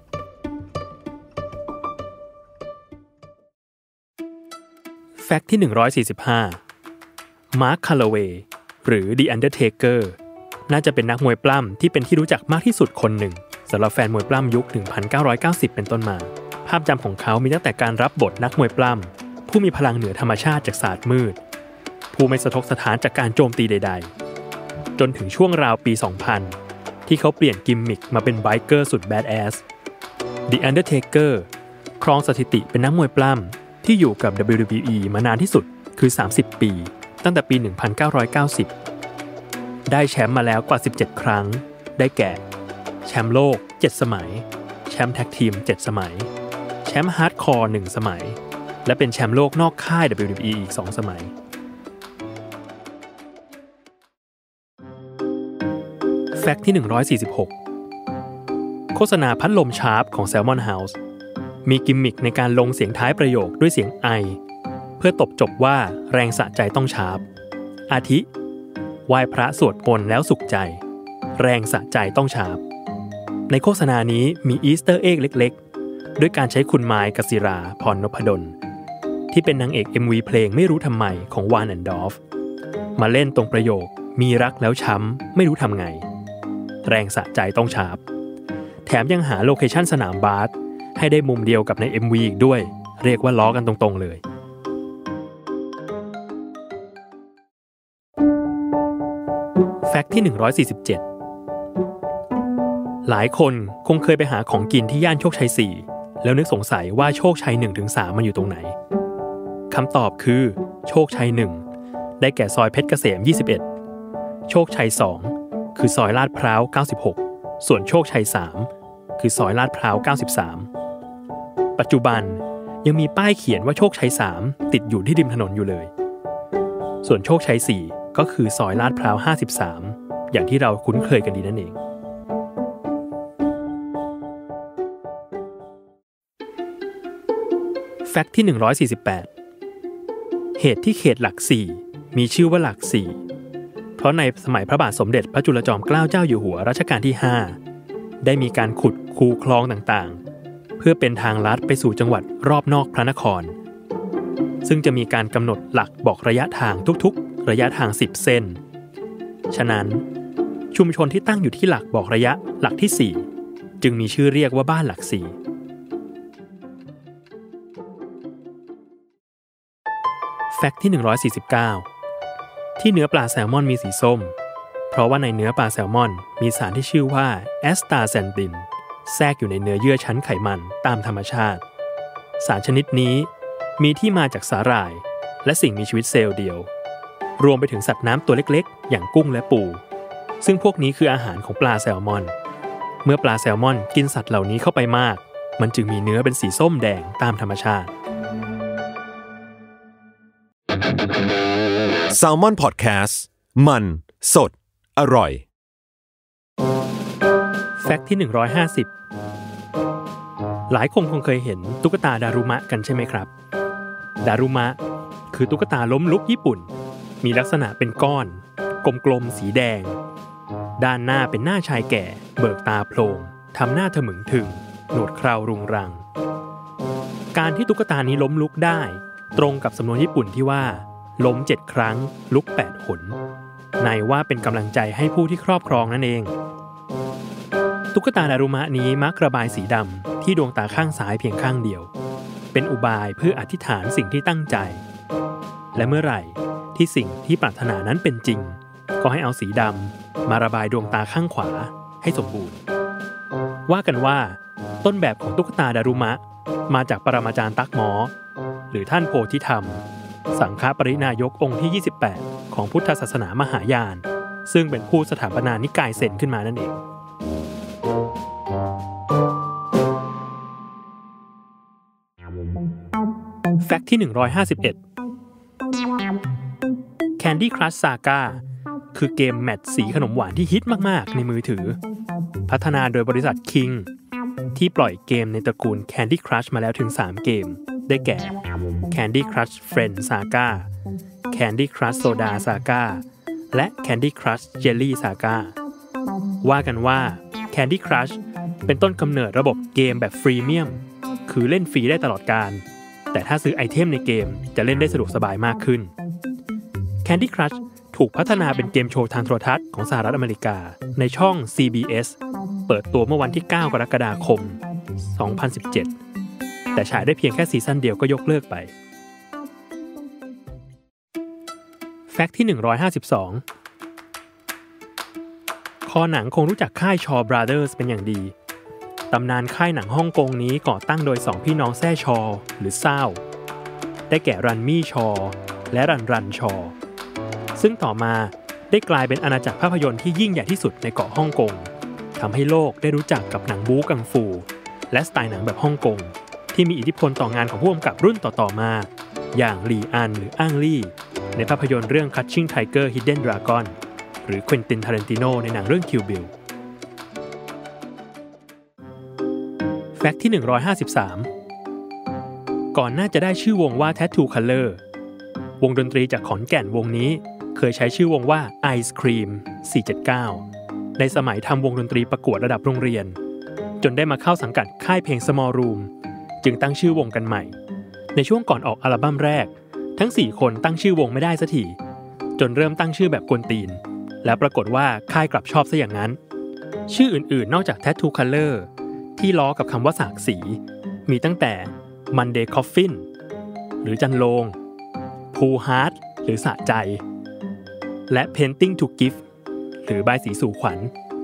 แฟกต์ที่หนึ่งร้อยสี่สิบห้ามาร์ค คาลาเวย์หรือ The Undertaker น่าจะเป็นนักมวยปล้ำที่เป็นที่รู้จักมากที่สุดคนหนึ่งสำหรับแฟนมวยปล้ำยุค หนึ่งพันเก้าร้อยเก้าสิบ เป็นต้นมาภาพจำของเขามีตั้งแต่การรับบทนักมวยปล้ำผู้มีพลังเหนือธรรมชาติจากศาสตร์มืดผู้ไม่สะทกสะท้านจากการโจมตีใดๆจนถึงช่วงราวปี สองพัน ที่เขาเปลี่ยนกิมมิคมาเป็นไบเกอร์สุดแบดแอส The Undertaker ครองสถิติเป็นนักมวยปล้ำที่อยู่กับ ดับเบิลยู ดับเบิลยู อี มานานที่สุดคือสามสิบปีตั้งแต่ปี หนึ่งพันเก้าร้อยเก้าสิบ ได้แชมป์มาแล้วกว่าสิบเจ็ดครั้งได้แก่แชมป์โลกเจ็ดสมัยแชมป์แท็กทีมเจ็ดสมัยแชมป์ฮาร์ดคอร์หนึ่งสมัยและเป็นแชมป์โลกนอกค่าย ดับเบิลยู ดับเบิลยู อี อีกสองสมัยแฟกต์ที่หนึ่งร้อยสี่สิบหกโฆษณาพัดลมชาร์ปของ Salmon House มีกิมมิคในการลงเสียงท้ายประโยคด้วยเสียงไอเพื่อตบจบว่าแรงสะใจต้องชาร์ปอาทิไหว้พระสวดมนต์แล้วสุขใจแรงสะใจต้องชาร์ปในโฆษณานี้มีอีสเตอร์เอ็กเล็กๆด้วยการใช้คุณไมค์กศิราพรนพดลที่เป็นนางเอก เอ็ม วี เพลงไม่รู้ทำไมของวานแอนดอร์ฟมาเล่นตรงประโยคมีรักแล้วช้ำไม่รู้ทำไงแรงสะใจต้องชาร์ปแถมยังหาโลเคชั่นสนามบาสให้ได้มุมเดียวกับใน เอ็ม วี อีกด้วยเรียกว่าล้อกันตรงๆเลยแฟกต์ที่หนึ่งร้อยสี่สิบเจ็ดหลายคนคงเคยไปหาของกินที่ย่านโชคชัยสี่แล้วนึกสงสัยว่าโชคชัย หนึ่งถึงสาม มันอยู่ตรงไหนคำตอบคือโชคชัยหนึ่งได้แก่ซอยเพชรเกษมยี่สิบเอ็ดโชคชัยสองคือซอยลาดพร้าวเก้าสิบหกส่วนโชคชัยสามคือซอยลาดพร้าวเก้าสิบสามปัจจุบันยังมีป้ายเขียนว่าโชคชัยสามติดอยู่ที่ริมถนนอยู่เลยส่วนโชคชัยสี่ก็คือซอยลาดพร้าวห้าสิบสามอย่างที่เราคุ้นเคยกันดีนั่นเองแฟกต์ที่หนึ่งร้อยสี่สิบแปดเหตุที่เขตหลักสี่มีชื่อว่าหลักสี่เพราะในสมัยพระบาทสมเด็จพระจุลจอมเกล้าเจ้าอยู่หัวรัชกาลที่ห้าได้มีการขุดคูคลองต่างๆเพื่อเป็นทางลัดไปสู่จังหวัดรอบนอกพระนครซึ่งจะมีการกำหนดหลักบอกระยะทางทุกๆระยะทางสิบเส้นฉะนั้นชุมชนที่ตั้งอยู่ที่หลักบอกระยะหลักที่สี่จึงมีชื่อเรียกว่าบ้านหลักสี่แฟกต์ที่หนึ่งร้อยสี่สิบเก้าที่เนื้อปลาแซลมอนมีสีส้มเพราะว่าในเนื้อปลาแซลมอนมีสารที่ชื่อว่าแอสตาแซนตินแทรกอยู่ในเนื้อเยื่อชั้นไขมันตามธรรมชาติสารชนิดนี้มีที่มาจากสาหร่ายและสิ่งมีชีวิตเซลล์เดียวรวมไปถึงสัตว์น้ำตัวเล็กๆอย่างกุ้งและปูซึ่งพวกนี้คืออาหารของปลาแซลมอนเมื่อปลาแซลมอนกินสัตว์เหล่านี้เข้าไปมากมันจึงมีเนื้อเป็นสีส้มแดงตามธรรมชาติ Salmon Podcast มันสดอร่อยแฟกต์ที่หนึ่งร้อยห้าสิบหลายคนคงเคยเห็นตุ๊กตาดารุมะกันใช่ไหมครับดารุมะคือตุ๊กตาล้มลุกญี่ปุ่นมีลักษณะเป็นก้อนกลมๆสีแดงด้านหน้าเป็นหน้าชายแก่เบิกตาโพลงทำหน้าทะมึงถึงหนวดเครารุงรังการที่ตุ๊กตานี้ล้มลุกได้ตรงกับสำนวนญี่ปุ่นที่ว่าล้มเจ็ดครั้งลุกแปดหนในว่าเป็นกำลังใจให้ผู้ที่ครอบครองนั่นเองตุ๊กตาดารุมะนี้มักระบายสีดำที่ดวงตาข้างซ้ายเพียงข้างเดียวเป็นอุบายเพื่ออธิษฐานสิ่งที่ตั้งใจและเมื่อไหร่ที่สิ่งที่ปรารถนานั้นเป็นจริงก็ให้เอาสีดำมาระบายดวงตาข้างขวาให้สมบูรณ์ว่ากันว่าต้นแบบของตุ๊กตาดารุมะมาจากปรมาจารย์ตั๊กหมอหรือท่านโพธิธรรมสังฆปรินายกองค์ที่ยี่สิบแปดของพุทธศาสนามหายานซึ่งเป็นผู้สถาปนานิกายเซนขึ้นมานั่นเองแฟกต์ที่หนึ่งร้อยห้าสิบเอ็ด Candy Crush Saga คือเกมแมทสีขนมหวานที่ฮิตมากๆในมือถือพัฒนาโดยบริษัท King ที่ปล่อยเกมในตระกูล Candy Crush มาแล้วถึงสามเกมได้แก่ Candy Crush Friend Saga Candy Crush Soda Saga และ Candy Crush Jelly Saga ว่ากันว่า Candy Crush เป็นต้นกำเนิดระบบเกมแบบฟรีเมียมคือเล่นฟรีได้ตลอดกาลแต่ถ้าซื้อไอเทมในเกมจะเล่นได้สะดวกสบายมากขึ้น Candy Crush ถูกพัฒนาเป็นเกมโชว์ทางโทรทัศน์ของสหรัฐอเมริกาในช่อง ซี บี เอส เปิดตัวเมื่อวันที่เก้ากรกฎาคมสองพันสิบเจ็ดแต่ฉายได้เพียงแค่ซีซั่นเดียวก็ยกเลิกไปแฟกต์ที่หนึ่งร้อยห้าสิบสองคอหนังคงรู้จักค่ายชอบราเดอร์สเป็นอย่างดีตำนานค่ายหนังฮ่องกงนี้ก่อตั้งโดยสองพี่น้องแซ่ชอหรือเซ่าได้แก่รันมี่ชอและรันรันชอซึ่งต่อมาได้กลายเป็นอาณาจักรภาพยนตร์ที่ยิ่งใหญ่ที่สุดในเกาะฮ่องกงทำให้โลกได้รู้จักกับหนังบู๊กังฟูและสไตล์หนังแบบฮ่องกงที่มีอิทธิพลต่องานของผู้กำกับรุ่นต่อๆมาอย่างหลี่อันหรืออ้างลี่ในภาพยนตร์เรื่อง Crouching Tiger Hidden Dragon หรือ Quentin Tarantino ในหนังเรื่อง Kill Billแฟกต์ที่หนึ่งร้อยห้าสิบสามก่อนหน้าจะได้ชื่อวงว่า Tattoo Color วงดนตรีจากขอนแก่นวงนี้เคยใช้ชื่อวงว่า Ice Cream สี่เจ็ดเก้าในสมัยทำวงดนตรีประกวดระดับโรงเรียนจนได้มาเข้าสังกัดค่ายเพลง Small Room จึงตั้งชื่อวงกันใหม่ในช่วงก่อนออกอัลบั้มแรกทั้งสี่คนตั้งชื่อวงไม่ได้สักทีจนเริ่มตั้งชื่อแบบกวนตีนแล้วปรากฏว่าค่ายกลับชอบซะอย่างนั้นชื่ออื่นๆนอกจาก Tattoo Colorที่ล้อกับคำว่าสากสีมีตั้งแต่ Monday Coffin หรือจันโลง Pool Heart หรือสะใจและ Painting to Gift หรือบายสีสู่ขวัญ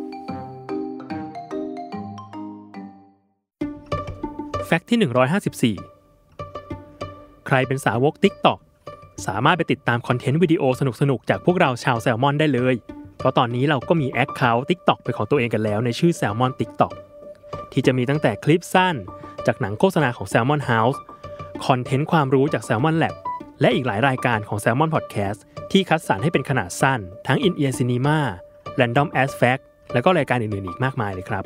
แฟกต์ที่หนึ่งร้อยห้าสิบสี่ใครเป็นสาวก TikTok สามารถไปติดตามคอนเทนต์วิดีโอสนุกๆจากพวกเราชาวแซลมอนได้เลยเพราะตอนนี้เราก็มีแอคเคาท์ TikTok เป็นของตัวเองกันแล้วในชื่อ Salmon TikTokที่จะมีตั้งแต่คลิปสั้นจากหนังโฆษณาของ Salmon House คอนเทนต์ความรู้จาก Salmon Lab และอีกหลายรายการของ Salmon Podcast ที่คัดสรรให้เป็นขนาดสั้นทั้ง In-Ear Cinema, Random As Fact และก็รายการอื่นๆอีกมากมายเลยครับ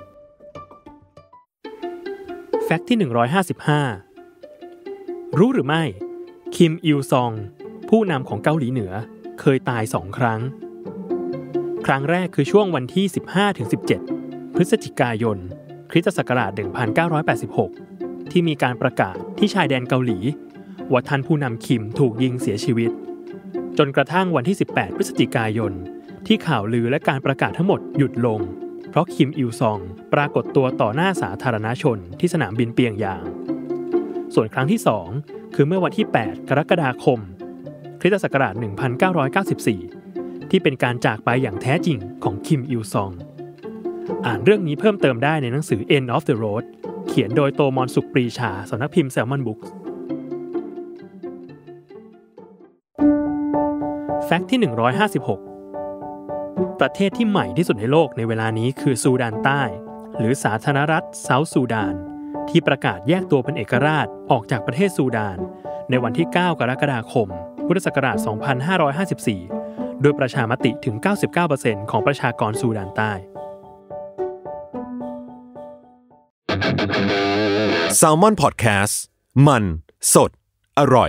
แฟกต์ที่หนึ่งร้อยห้าสิบห้ารู้หรือไม่คิมอิลซองผู้นำของเกาหลีเหนือเคยตายสองครั้งครั้งแรกคือช่วงวันที่ สิบห้าถึงสิบเจ็ด พฤศจิกายนคริสตศักราช หนึ่งพันเก้าร้อยแปดสิบหก ที่มีการประกาศที่ชายแดนเกาหลีว่าท่านผู้นำคิมถูกยิงเสียชีวิตจนกระทั่งวันที่ สิบแปด พฤศจิกายนที่ข่าวลือและการประกาศทั้งหมดหยุดลงเพราะคิมอิลซองปรากฏตัวต่อหน้าสาธารณชนที่สนามบินเปียงยางส่วนครั้งที่สองคือเมื่อวันที่ แปด กรกฎาคมคริสตศักราช หนึ่งพันเก้าร้อยเก้าสิบสี่ ที่เป็นการจากไปอย่างแท้จริงของคิมอิลซองอ่านเรื่องนี้เพิ่มเติมได้ในหนังสือ End of the Road เขียนโดยโตมอนสุขปรีชาสำนักพิมพ์ Salmon Books แฟแฟกต์ที่หนึ่งร้อยห้าสิบหกประเทศที่ใหม่ที่สุดในโลกในเวลานี้คือซูดานใต้หรือสาธารณรัฐเซาท์ซูดานที่ประกาศแยกตัวเป็นเอกราชออกจากประเทศซูดานในวันที่เก้ากรกฎาคมพุทธศักราชสองพันห้าร้อยห้าสิบสี่โดยประชามติถึง เก้าสิบเก้าเปอร์เซ็นต์ ของประชากรซูดานใต้ Salmon Podcast มันสดอร่อย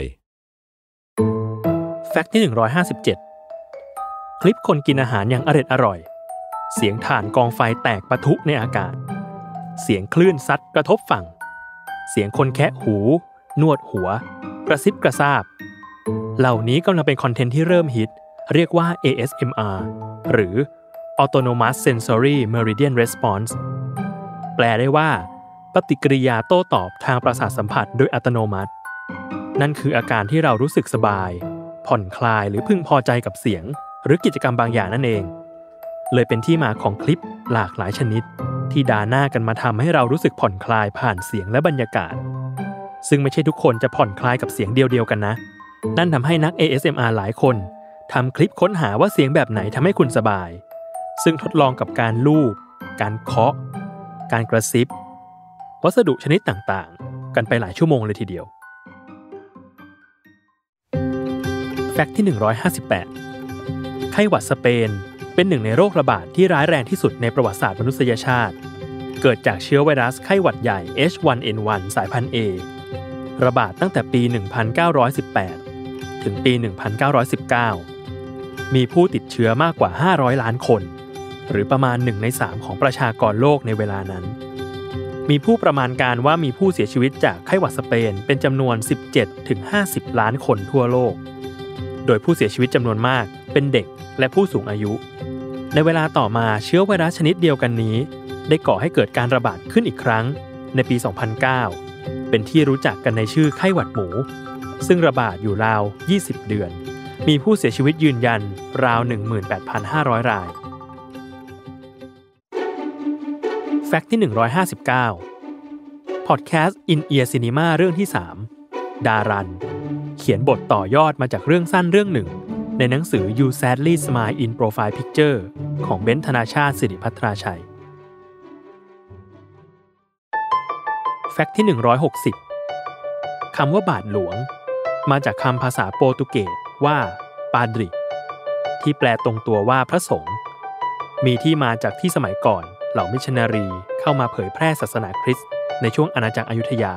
แฟกต์ที่หนึ่งร้อยห้าสิบเจ็ดคลิปคนกินอาหารอย่างอร็ดอร่อยเสียงถ่านกองไฟแตกปะทุในอากาศเสียงคลื่นซัดกระทบฝั่งเสียงคนแคะหูนวดหัวกระซิบกระซาบเหล่านี้กำลังเป็นคอนเทนต์ที่เริ่มฮิตเรียกว่า เอ เอส เอ็ม อาร์ หรือ Autonomous Sensory Meridian Response แปลได้ว่าปฏิกิริยาโต้ตอบทางประสาทสัมผัสโดยอัตโนมัตินั่นคืออาการที่เรารู้สึกสบายผ่อนคลายหรือพึงพอใจกับเสียงหรือกิจกรรมบางอย่างนั่นเองเลยเป็นที่มาของคลิปหลากหลายชนิดที่ด่าหน้ากันมาทำให้เรารู้สึกผ่อนคลายผ่านเสียงและบรรยากาศซึ่งไม่ใช่ทุกคนจะผ่อนคลายกับเสียงเดียวๆกันนะนั่นทำให้นัก เอ เอส เอ็ม อาร์ หลายคนทำคลิปค้นหาว่าเสียงแบบไหนทำให้คุณสบายซึ่งทดลองกับการลูบการเคาะการกระซิบวัสดุชนิดต่างๆกันไปหลายชั่วโมงเลยทีเดียวแฟกต์ที่หนึ่งร้อยห้าสิบแปดไข้หวัดสเปนเป็นหนึ่งในโรคระบาดที่ร้ายแรงที่สุดในประวัติศาสตร์มนุษยชาติเกิดจากเชื้อไวรัสไข้หวัดใหญ่ เอช วัน เอ็น วัน สายพันธุ์ A ระบาดตั้งแต่ปี หนึ่งพันเก้าร้อยสิบแปด ถึงปี หนึ่งพันเก้าร้อยสิบเก้า มีผู้ติดเชื้อมากกว่า ห้าร้อย ล้านคนหรือประมาณหนึ่งในสามของประชากรโลกในเวลานั้นมีผู้ประมาณการว่ามีผู้เสียชีวิตจากไข้หวัดสเปนเป็นจำนวน สิบเจ็ดถึงห้าสิบ ล้านคนทั่วโลกโดยผู้เสียชีวิตจำนวนมากเป็นเด็กและผู้สูงอายุในเวลาต่อมาเชื้อไวรัสชนิดเดียวกันนี้ได้ก่อให้เกิดการระบาดขึ้นอีกครั้งในปี สองพันเก้า เป็นที่รู้จักกันในชื่อไข้หวัดหมูซึ่งระบาดอยู่ราว ยี่สิบ เดือนมีผู้เสียชีวิตยืนยันราว หนึ่งหมื่นแปดพันห้าร้อย รายแฟกต์ที่หนึ่งร้อยห้าสิบเก้าพอดแคสต์ In Ear Cinema เรื่องที่สามดารันเขียนบทต่อยอดมาจากเรื่องสั้นเรื่องหนึ่งในหนังสือ You Sadly Smile in Profile Picture ของเบนซ์ธนาชาติสิริภัทราชัยแฟกต์ที่หนึ่งร้อยหกสิบคำว่าบาทหลวงมาจากคำภาษาโปรตุเกสว่าปาดริที่แปลตรงตัวว่าพระสงฆ์มีที่มาจากที่สมัยก่อนเหล่ามิชชันนารีเข้ามาเผยแพร่ศาสนาคริสต์ในช่วงอาณาจักรอยุธยา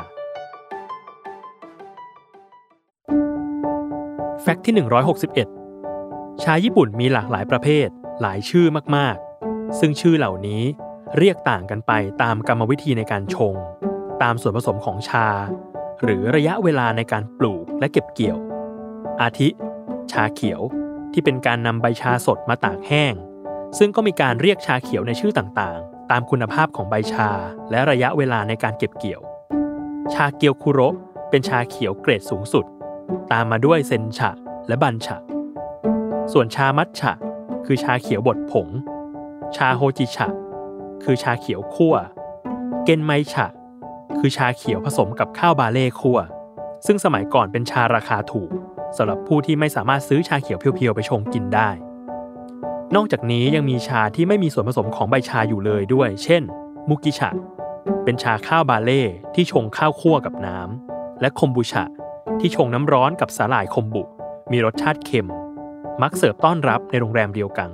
แฟกต์ที่หนึ่งร้อยหกสิบเอ็ดชาญี่ปุ่นมีหลากหลายประเภทหลายชื่อมากๆซึ่งชื่อเหล่านี้เรียกต่างกันไปตามกรรมวิธีในการชงตามส่วนผสมของชาหรือระยะเวลาในการปลูกและเก็บเกี่ยวอาทิชาเขียวที่เป็นการนำใบชาสดมาตากแห้งซึ่งก็มีการเรียกชาเขียวในชื่อต่างๆตามคุณภาพของใบชาและระยะเวลาในการเก็บเกี่ยวชาเกียวคุโระเป็นชาเขียวเกรดสูงสุดตามมาด้วยเซนชะและบันชะส่วนชามัทฉะคือชาเขียวบดผงชาโฮจิชะคือชาเขียวคั่วเกนไมฉะคือชาเขียวผสมกับข้าวบาเล่คั่วซึ่งสมัยก่อนเป็นชาราคาถูกสำหรับผู้ที่ไม่สามารถซื้อชาเขียวเพียวๆไปชงกินได้นอกจากนี้ยังมีชาที่ไม่มีส่วนผสมของใบชาอยู่เลยด้วยเช่นมุกิชะเป็นชาข้าวบาเล่ที่ชงข้าวคั่วกับน้ำและคอมบูชะที่ชงน้ำร้อนกับสาหร่ายคอมบุมีรสชาติเค็มมักเสิร์ฟต้อนรับในโรงแรมเดียวกัน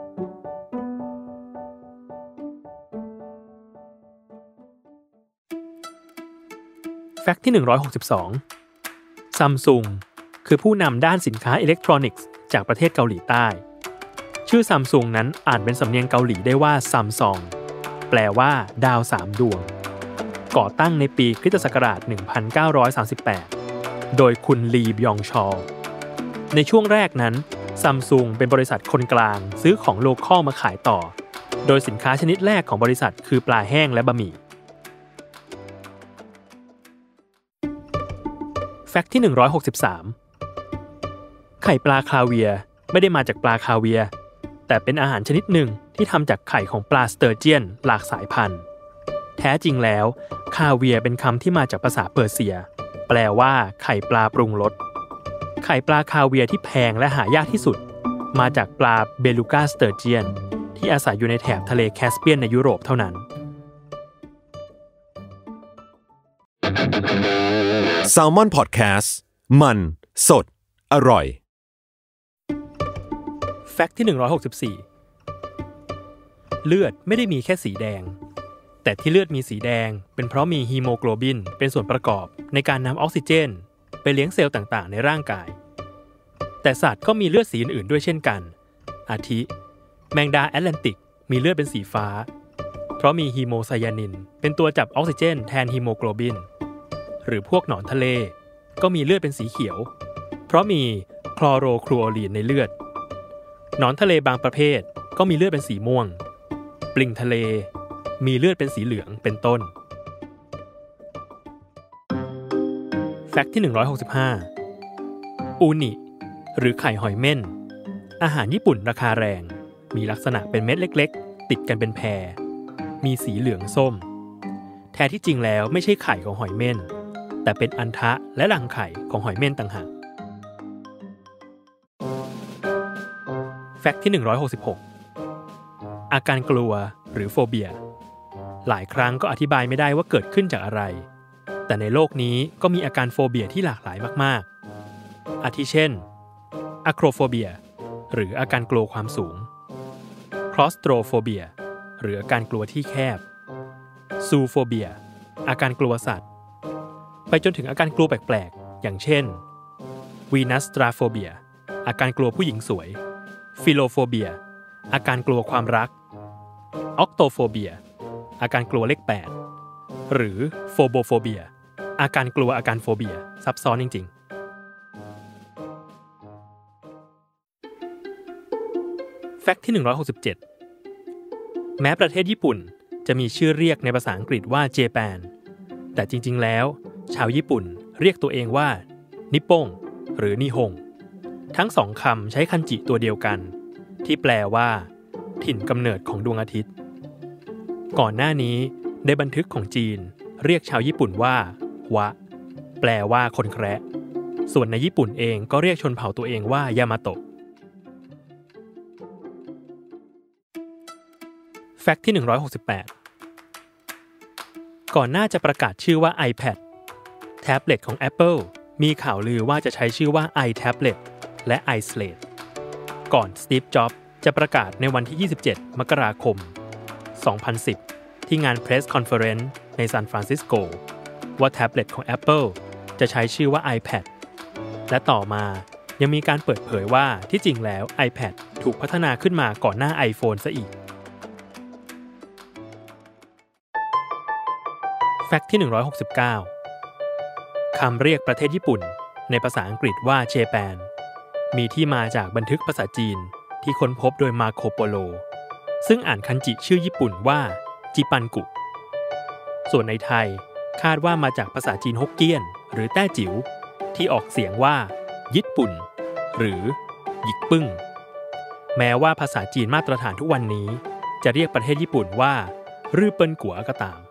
แฟกต์ที่หนึ่งร้อยหกสิบสอง Samsung คือผู้นำด้านสินค้าอิเล็กทรอนิกส์จากประเทศเกาหลีใต้ชื่อ Samsung นั้นอ่านเป็นสำเนียงเกาหลีได้ว่า Samsung แปลว่าดาวสามดวงก่อตั้งในปีคริสตศักราช หนึ่งพันเก้าร้อยสามสิบแปด โดยคุณลีบยองชอลในช่วงแรกนั้น Samsung เป็นบริษัทคนกลางซื้อของโลคอลมาขายต่อโดยสินค้าชนิดแรกของบริษัทคือปลาแห้งและบะหมี่แฟกต์ที่หนึ่งร้อยหกสิบสามไข่ปลาคาเวียร์ไม่ได้มาจากปลาคาเวียร์แต่เป็นอาหารชนิดหนึ่งที่ทำจากไข่ของปลาสเตอร์เจียนหลากสายพันธุ์แท้จริงแล้วคาเวียร์เป็นคำที่มาจากภาษาเปอร์เซียแปลว่าไข่ปลาปรุงรสไข่ปลาคาเวียร์ที่แพงและหายากที่สุดมาจากปลาเบลูกาสเตอร์เจียนที่อาศัยอยู่ในแถบทะเลแคสเปียนในยุโรปเท่านั้น Salmon Podcast มันสดอร่อยแฟกต์ที่หนึ่งร้อยหกสิบสี่เลือดไม่ได้มีแค่สีแดงแต่ที่เลือดมีสีแดงเป็นเพราะมีฮีโมโกลบินเป็นส่วนประกอบในการนำออกซิเจนไปเลี้ยงเซลล์ต่างๆในร่างกายแต่สัตว์ก็มีเลือดสีอื่นๆด้วยเช่นกันอาทิแมงดาแอตแลนติกมีเลือดเป็นสีฟ้าเพราะมีฮีโมไซยานินเป็นตัวจับออกซิเจนแทนฮีโมโกลบินหรือพวกหนอนทะเลก็มีเลือดเป็นสีเขียวเพราะมีคลอโรครูโอลีนในเลือดหนอนทะเลบางประเภทก็มีเลือดเป็นสีม่วงปลิงทะเลมีเลือดเป็นสีเหลืองเป็นต้นแฟกต์ที่หนึ่งร้อยหกสิบห้าอูนิหรือไข่หอยเม่นอาหารญี่ปุ่นราคาแรงมีลักษณะเป็นเม็ดเล็กๆติดกันเป็นแพรมีสีเหลืองส้มแท้ที่จริงแล้วไม่ใช่ไข่ของหอยเม่นแต่เป็นอันทะและรังไข่ของหอยเม่นต่างหากแฟกต์ที่หนึ่งร้อยหกสิบหกอาการกลัวหรือโฟเบียหลายครั้งก็อธิบายไม่ได้ว่าเกิดขึ้นจากอะไรแต่ในโลกนี้ก็มีอาการโฟเบียที่หลากหลายมากๆอาทิเช่นอะโครโฟเบียหรืออาการกลัวความสูงคลอสโตรโฟเบียหรืออาการกลัวที่แคบซูโฟเบียอาการกลัวสัตว์ไปจนถึงอาการกลัวแปลกๆอย่างเช่นวีนัสตราโฟเบียอาการกลัวผู้หญิงสวยฟิโลโฟเบียอาการกลัวความรักออกโตโฟเบียอาการกลัวเลขแปดหรือโฟโบโฟเบียอาการกลัวอาการโฟเบียซับซ้อนจริงๆแฟกต์ที่หนึ่งร้อยหกสิบเจ็ดแม้ประเทศญี่ปุ่นจะมีชื่อเรียกในภาษาอังกฤษว่าเจแปนแต่จริงๆแล้วชาวญี่ปุ่นเรียกตัวเองว่านิปปงหรือนิฮงทั้งสองคำใช้คันจิตัวเดียวกันที่แปลว่าถิ่นกำเนิดของดวงอาทิตย์ก่อนหน้านี้ในบันทึกของจีนเรียกชาวญี่ปุ่นว่าวะแปลว่าคนแคระส่วนในญี่ปุ่นเองก็เรียกชนเผ่าตัวเองว่ายามาโตะแฟกต์ที่หนึ่งร้อยหกสิบแปดก่อนหน้าจะประกาศชื่อว่า iPad แท็บเล็ตของ Apple มีข่าวลือว่าจะใช้ชื่อว่า iTablet และ iSlate ก่อน Steve Jobs จะประกาศในวันที่ยี่สิบเจ็ดมกราคมสองพันสิบที่งาน Press Conference ในซานฟรานซิสโกว่าแท็บเล็ตของ Apple จะใช้ชื่อว่า iPad และต่อมายังมีการเปิดเผยว่าที่จริงแล้ว iPad ถูกพัฒนาขึ้นมาก่อนหน้า iPhone ซะอีกแฟกต์ที่หนึ่งร้อยหกสิบเก้าคำเรียกประเทศญี่ปุ่นในภาษาอังกฤษว่าเจแปนมีที่มาจากบันทึกภาษาจีนที่ค้นพบโดยมาโคโปโลซึ่งอ่านคันจิชื่อญี่ปุ่นว่าจิปันกุส่วนในไทยคาดว่ามาจากภาษาจีนฮกเกี้ยนหรือแต้จิ๋วที่ออกเสียงว่ายิดปุ่นหรือหยิกปึ้งแม้ว่าภาษาจีนมาตรฐานทุกวันนี้จะเรียกประเทศญี่ปุ่นว่ารื่อเปิ้นกัวก็ตาม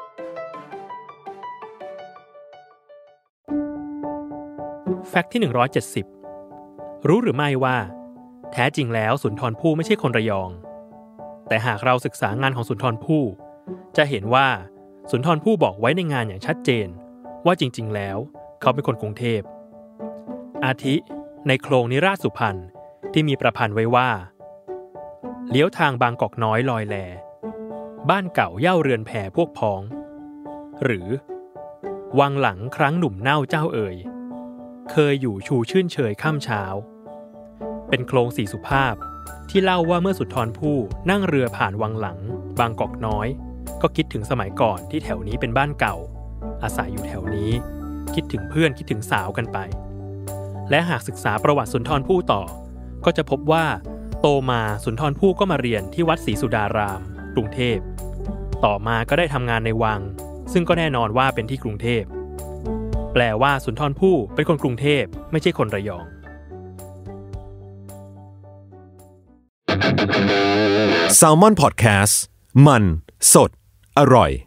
แฟกต์ที่หนึ่งร้อยเจ็ดสิบรู้หรือไม่ว่าแท้จริงแล้วสุนทรภู่ไม่ใช่คนระยองแต่หากเราศึกษางานของสุนทรภู่จะเห็นว่าสุนทรภู่บอกไว้ในงานอย่างชัดเจนว่าจริงๆแล้วเขาเป็นคนกรุงเทพอาทิในโครงนิราศสุพรรณที่มีประพันธ์ไว้ว่าเลี้ยวทางบางกอกน้อยลอยแลบ้านเก่าเย่าเรือนแพพวกพ้องหรือวังหลังครั้งหนุ่มเน่าเจ้าเอ่ยเคยอยู่ชูชื่นเชยค่ำเช้าเป็นโครงสี่สุภาพที่เล่าว่าเมื่อสุนทรภู่นั่งเรือผ่านวังหลังบางกอกน้อยก็คิดถึงสมัยก่อนที่แถวนี้เป็นบ้านเก่าอาศัยอยู่แถวนี้คิดถึงเพื่อนคิดถึงสาวกันไปและหากศึกษาประวัติสุนทรภู่ต่อก็จะพบว่าโตมาสุนทรภู่ก็มาเรียนที่วัดศรีสุดารามกรุงเทพต่อมาก็ได้ทำงานในวังซึ่งก็แน่นอนว่าเป็นที่กรุงเทพแปลว่าสุนทรภู่เป็นคนกรุงเทพไม่ใช่คนระยอง Salmon Podcast มันสดอร่อย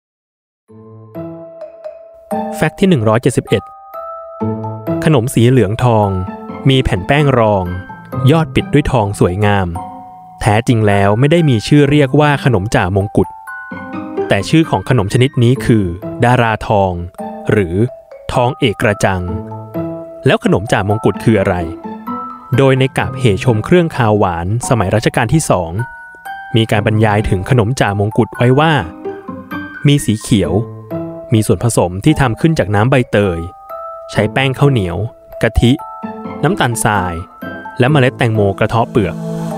แฟกต์ที่หนึ่งร้อยเจ็ดสิบเอ็ดขนมสีเหลืองทองมีแผ่นแป้งรองยอดปิดด้วยทองสวยงามแท้จริงแล้วไม่ได้มีชื่อเรียกว่าขนมจ่ามงกุฎแต่ชื่อของขนมชนิดนี้คือดาราทองหรือทองเอกกระจังแล้วขนมจ่ามงกุฎคืออะไรโดยในกาบเหชมเครื่องคาวหวานสมัยรัชกาลที่สองมีการบรรยายถึงขนมจ่ามงกุฎไว้ว่ามีสีเขียวมีส่วนผสมที่ทำขึ้นจากน้ำใบเตยใช้แป้งข้าวเหนียวกะทิน้ำตาลทรายและเมล็ดแตงโมกระเทาะเปลือก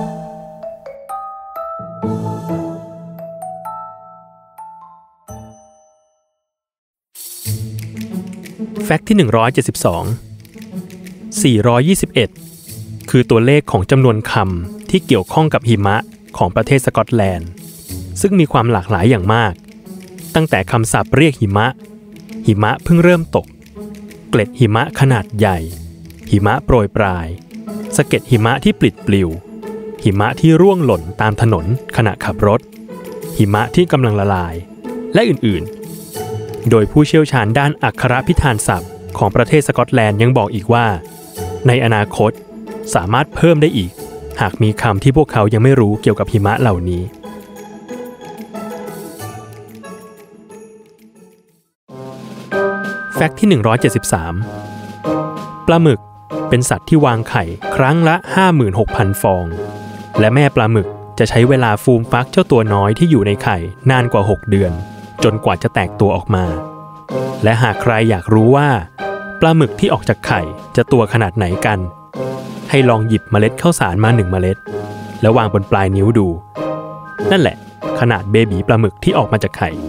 แฟกต์ที่หนึ่งร้อยเจ็ดสิบสอง สี่ร้อยยี่สิบเอ็ดคือตัวเลขของจำนวนคำที่เกี่ยวข้องกับหิมะของประเทศสกอตแลนด์ซึ่งมีความหลากหลายอย่างมากตั้งแต่คำศัพท์เรียกหิมะหิมะเพิ่งเริ่มตกเกล็ดหิมะขนาดใหญ่หิมะโปรยปลายสะเก็ดหิมะที่ปลิดปลิวหิมะที่ร่วงหล่นตามถนนขณะขับรถหิมะที่กำลังละลายและอื่นๆโดยผู้เชี่ยวชาญด้านอักขรพิธานศัพท์ของประเทศสกอตแลนด์ยังบอกอีกว่าในอนาคตสามารถเพิ่มได้อีกหากมีคำที่พวกเขายังไม่รู้เกี่ยวกับหิมะเหล่านี้แฟกต์ที่หนึ่งร้อยเจ็ดสิบสามปลาหมึกเป็นสัตว์ที่วางไข่ครั้งละ ห้าหมื่นหกพัน ฟองและแม่ปลาหมึกจะใช้เวลาฟูมฟักเจ้าตัวน้อยที่อยู่ในไข่นานกว่าหกเดือนจนกว่าจะแตกตัวออกมาและหากใครอยากรู้ว่าปลาหมึกที่ออกจากไข่จะตัวขนาดไหนกันให้ลองหยิบเมล็ดข้าวสารมาหนึ่งเมล็ดแล้ววางบนปลายนิ้วดูนั่นแหละขนาดเบบีปลาหมึกที่ออกมาจากไข่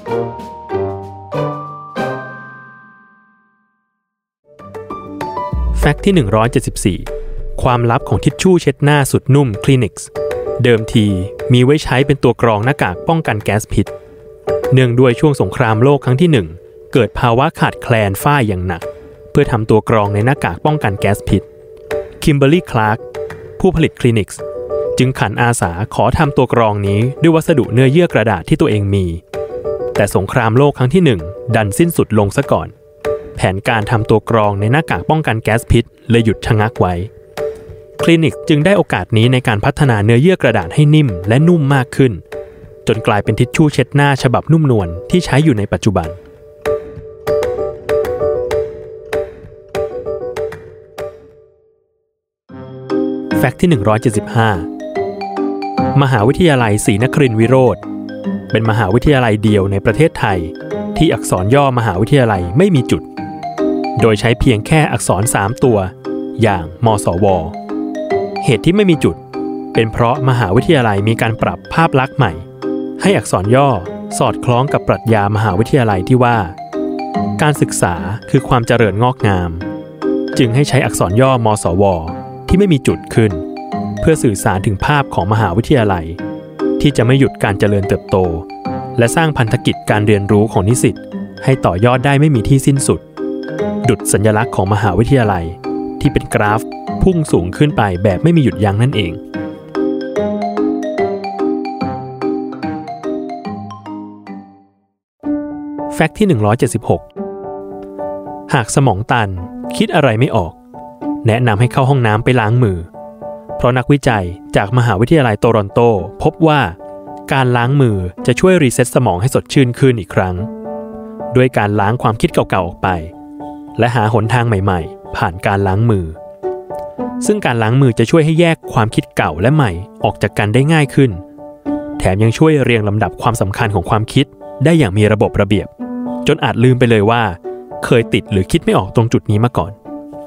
แฟกต์ที่หนึ่งร้อยเจ็ดสิบสี่ความลับของทิชชู่เช็ดหน้าสุดนุ่ม Kleenex เดิมทีมีไว้ใช้เป็นตัวกรองหน้ากากป้องกันแก๊สพิษเนื่องด้วยช่วงสงครามโลกครั้งที่หนึ่งเกิดภาวะขาดแคลนฝ้ายอย่างหนักเพื่อทำตัวกรองในหน้ากากป้องกันแก๊สพิษคิมเบอร์รี่คลาร์กผู้ผลิต Kleenex จึงขันอาสาขอทำตัวกรองนี้ด้วยวัสดุเนื้อเยื่อกระดาษที่ตัวเองมีแต่สงครามโลกครั้งที่หนึ่งดันสิ้นสุดลงซะก่อนแผนการทำตัวกรองในหน้ากากป้องกันแก๊สพิษเลยหยุดชะงักไว้ Kleenex จึงได้โอกาสนี้ในการพัฒนาเนื้อเยื่อกระดาษให้นิ่มและนุ่มมากขึ้นจนกลายเป็นทิชชู่เช็ดหน้าฉบับนุ่มนวลที่ใช้อยู่ในปัจจุบันแฟกต์ที่หนึ่งร้อยเจ็ดสิบห้ามหาวิทยาลัยศรีนครินทรวิโรธเป็นมหาวิทยาลัยเดียวในประเทศไทยที่อักษรย่อมหาวิทยาลัยไม่มีจุดโดยใช้เพียงแค่อักษรสามตัวอย่างมสวเหตุที่ไม่มีจุดเป็นเพราะมหาวิทยาลัยมีการปรับภาพลักษณ์ใหม่ให้อักษรย่อสอดคล้องกับปรัชญามหาวิทยาลัยที่ว่าการศึกษาคือความเจริญงอกงามจึงให้ใช้อักษรย่อมสวที่ไม่มีจุดขึ้นเพื่อสื่อสารถึงภาพของมหาวิทยาลัยที่จะไม่หยุดการเจริญเติบโตและสร้างพันธกิจการเรียนรู้ของนิสิตให้ต่อยอดได้ไม่มีที่สิ้นสุดดุจสัญลักษณ์ของมหาวิทยาลัยที่เป็นกราฟพุ่งสูงขึ้นไปแบบไม่มีหยุดยั้งนั่นเองแฟกต์ที่หนึ่งร้อยเจ็ดสิบหกหากสมองตันคิดอะไรไม่ออกแนะนำให้เข้าห้องน้ำไปล้างมือเพราะนักวิจัยจากมหาวิทยาลัยโตรอนโตพบว่าการล้างมือจะช่วยรีเซ็ตสมองให้สดชื่นขึ้นอีกครั้งด้วยการล้างความคิดเก่าๆออกไปและหาหนทางใหม่ๆผ่านการล้างมือซึ่งการล้างมือจะช่วยให้แยกความคิดเก่าและใหม่ออกจากกันได้ง่ายขึ้นแถมยังช่วยเรียงลำดับความสำคัญของความคิดได้อย่างมีระบบระเบียบจนอาจลืมไปเลยว่าเคยติดหรือคิดไม่ออกตรงจุดนี้มาก่อน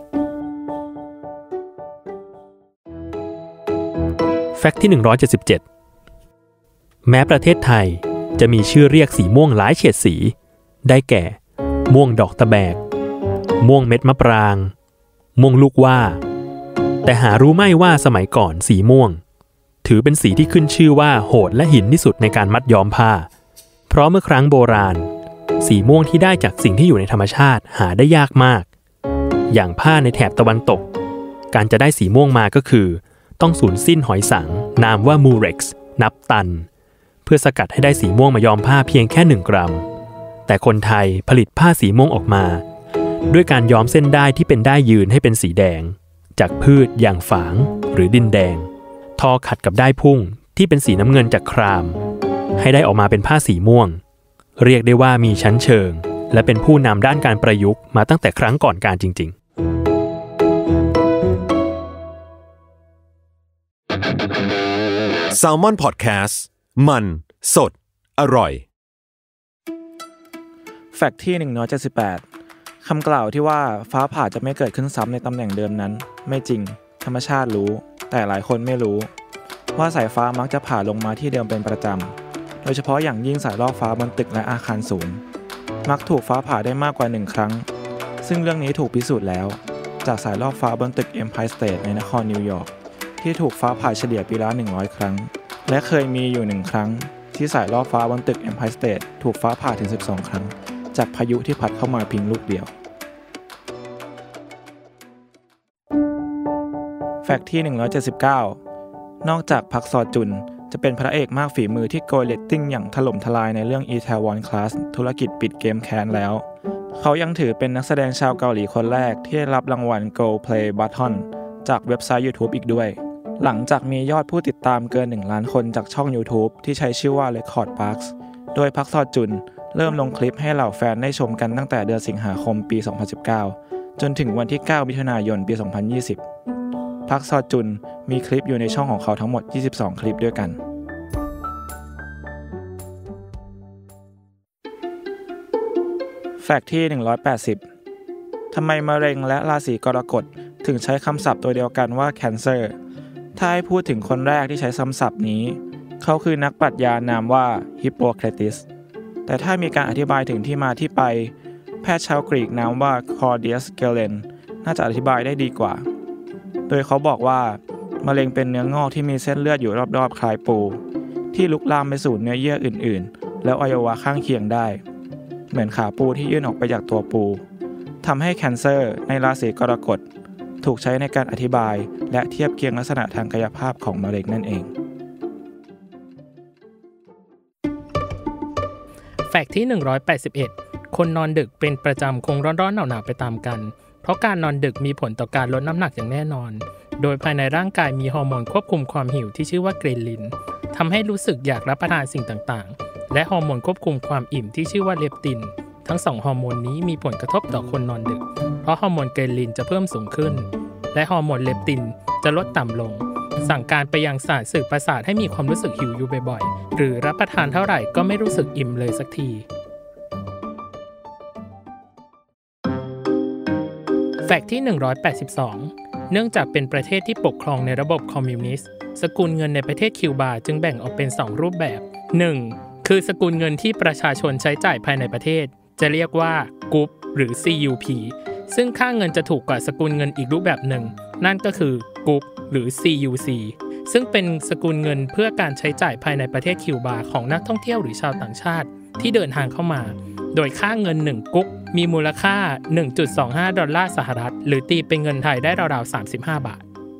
แฟกต์ที่หนึ่งร้อยเจ็ดสิบเจ็ดแม้ประเทศไทยจะมีชื่อเรียกสีม่วงหลายเฉดสีได้แก่ม่วงดอกตะแบกม่วงเม็ดมะปรางม่วงลูกว่าแต่หารู้ไหมว่าสมัยก่อนสีม่วงถือเป็นสีที่ขึ้นชื่อว่าโหดและหินที่สุดในการมัดย้อมผ้าเพราะเมื่อครั้งโบราณสีม่วงที่ได้จากสิ่งที่อยู่ในธรรมชาติหาได้ยากมากอย่างผ้าในแถบตะวันตกการจะได้สีม่วงมาก็คือต้องสูญสิ้นหอยสังนามว่ามูเร็กซ์นับตันเพื่อสกัดให้ได้สีม่วงมาย้อมผ้าเพียงแค่หนึ่งกรัมแต่คนไทยผลิตผ้าสีม่วงออกมาด้วยการย้อมเส้นด้ายที่เป็นด้ายยืนให้เป็นสีแดงจากพืชอย่างฝางหรือดินแดงทอขัดกับด้ายพุ่งที่เป็นสีน้ำเงินจากครามให้ได้ออกมาเป็นผ้าสีม่วงเรียกได้ว่ามีชั้นเชิงและเป็นผู้นำด้านการประยุกต์มาตั้งแต่ครั้งก่อนการจริงๆ Salmon Podcast มันสดอร่อยแฟกต์ที่หนึ่งร้อยเจ็ดสิบแปดคำกล่าวที่ว่าฟ้าผ่าจะไม่เกิดขึ้นซ้ำในตำแหน่งเดิมนั้นไม่จริงธรรมชาติรู้แต่หลายคนไม่รู้ว่าสายฟ้ามักจะผ่าลงมาที่เดิมเป็นประจำโดยเฉพาะอย่างยิ่งสายรอบฟ้าบนตึกและอาคารสูงมักถูกฟ้าผ่าได้มากกว่าหนึ่งครั้งซึ่งเรื่องนี้ถูกพิสูจน์แล้วจากสายรอบฟ้าบนตึก Empire State ในนครนิวยอร์กที่ถูกฟ้าผ่าเฉลี่ยปีละหนึ่งร้อยครั้งและเคยมีอยู่หนึ่งครั้งที่สายรอบฟ้าบนตึก Empire State ถูกฟ้าผ่าถึงสิบสองครั้งจากพายุที่พัดเข้ามาเพียงลูกเดียวแฟกต์ที่หนึ่งร้อยเจ็ดสิบเก้านอกจากพักซอจุนจะเป็นพระเอกมากฝีมือที่โกยเรตติ้งอย่างถล่มทลายในเรื่อง Itaewon Class ธุรกิจปิดเกมแค้นแล้วเขายังถือเป็นนักแสดงชาวเกาหลีคนแรกที่ได้รับรางวัล Gold Play Button จากเว็บไซต์ YouTube อีกด้วยหลังจากมียอดผู้ติดตามเกินหนึ่งล้านคนจากช่อง YouTube ที่ใช้ชื่อว่า Record Parks โดยพักซอจุนเริ่มลงคลิปให้เหล่าแฟนได้ชมกันตั้งแต่เดือนสิงหาคมปีสองพันสิบเก้าจนถึงวันที่เก้ามิถุนายนปีสองพันยี่สิบพักซอจุนมีคลิปอยู่ในช่องของเขาทั้งหมดยี่สิบสองคลิปด้วยกันแฟกต์ที่หนึ่งร้อยแปดสิบทำไมมะเร็งและราศีกรกฎถึงใช้คำศัพท์ตัวเดียวกันว่า Cancer ถ้าให้พูดถึงคนแรกที่ใช้คำศัพท์นี้เขาคือนักปรัชญานามว่า Hippocrates แต่ถ้ามีการอธิบายถึงที่มาที่ไปแพทย์ชาวกรีกนามว่า Claudius Galen น่าจะอธิบายได้ดีกว่าโดยเขาบอกว่ามะเร็งเป็นเนื้องอกที่มีเส้นเลือดอยู่รอบๆคล้ายปูที่ลุกลามไปสู่เนื้อเยื่ออื่นๆแล้วอวัยวะข้างเคียงได้เหมือนขาปูที่ยื่นออกไปจากตัวปูทำให้แคนเซอร์ในราศีกรกฎถูกใช้ในการอธิบายและเทียบเคียงลักษณะทางกายภาพของมะเร็งนั่นเองแฟกต์ที่หนึ่งร้อยแปดสิบเอ็ดคนนอนดึกเป็นประจำคงร้อนๆหนาวๆไปตามกันเพราะการนอนดึกมีผลต่อการลดน้ำหนักอย่างแน่นอนโดยภายในร่างกายมีฮอร์โมนควบคุมความหิวที่ชื่อว่าเกรลินทำให้รู้สึกอยากรับประทานสิ่งต่างๆและฮอร์โมนควบคุมความอิ่มที่ชื่อว่าเลปตินทั้งสองฮอร์โมนนี้มีผลกระทบต่อคนนอนดึกเพราะฮอร์โมนเกรลินจะเพิ่มสูงขึ้นและฮอร์โมนเลปตินจะลดต่ำลงสั่งการไปยังสารสื่อประสาทให้มีความรู้สึกหิวอยู่บ่อยๆหรือรับประทานเท่าไหร่ก็ไม่รู้สึกอิ่มเลยสักทีแฟกต์ที่หนึ่งร้อยแปดสิบสองเนื่องจากเป็นประเทศที่ปกครองในระบบคอมมิวนิสต์สกุลเงินในประเทศคิวบาจึงแบ่งออกเป็นสองรูปแบบหนึ่งคือสกุลเงินที่ประชาชนใช้จ่ายภายในประเทศจะเรียกว่ากุปหรือ ซี ยู พี ซึ่งค่าเงินจะถูกกว่าสกุลเงินอีกรูปแบบหนึ่งนั่นก็คือกุปหรือ ซี ยู ซี ซึ่งเป็นสกุลเงินเพื่อการใช้จ่ายภายในประเทศคิวบาของนักท่องเที่ยวหรือชาวต่างชาติที่เดินทางเข้ามาโดยค่าเงินหนึ่งกุ๊กมีมูลค่า หนึ่งจุดสองห้า ดอลลาร์สหรัฐหรือตีเป็นเงินไทยได้ราวๆสามสิบห้าบาท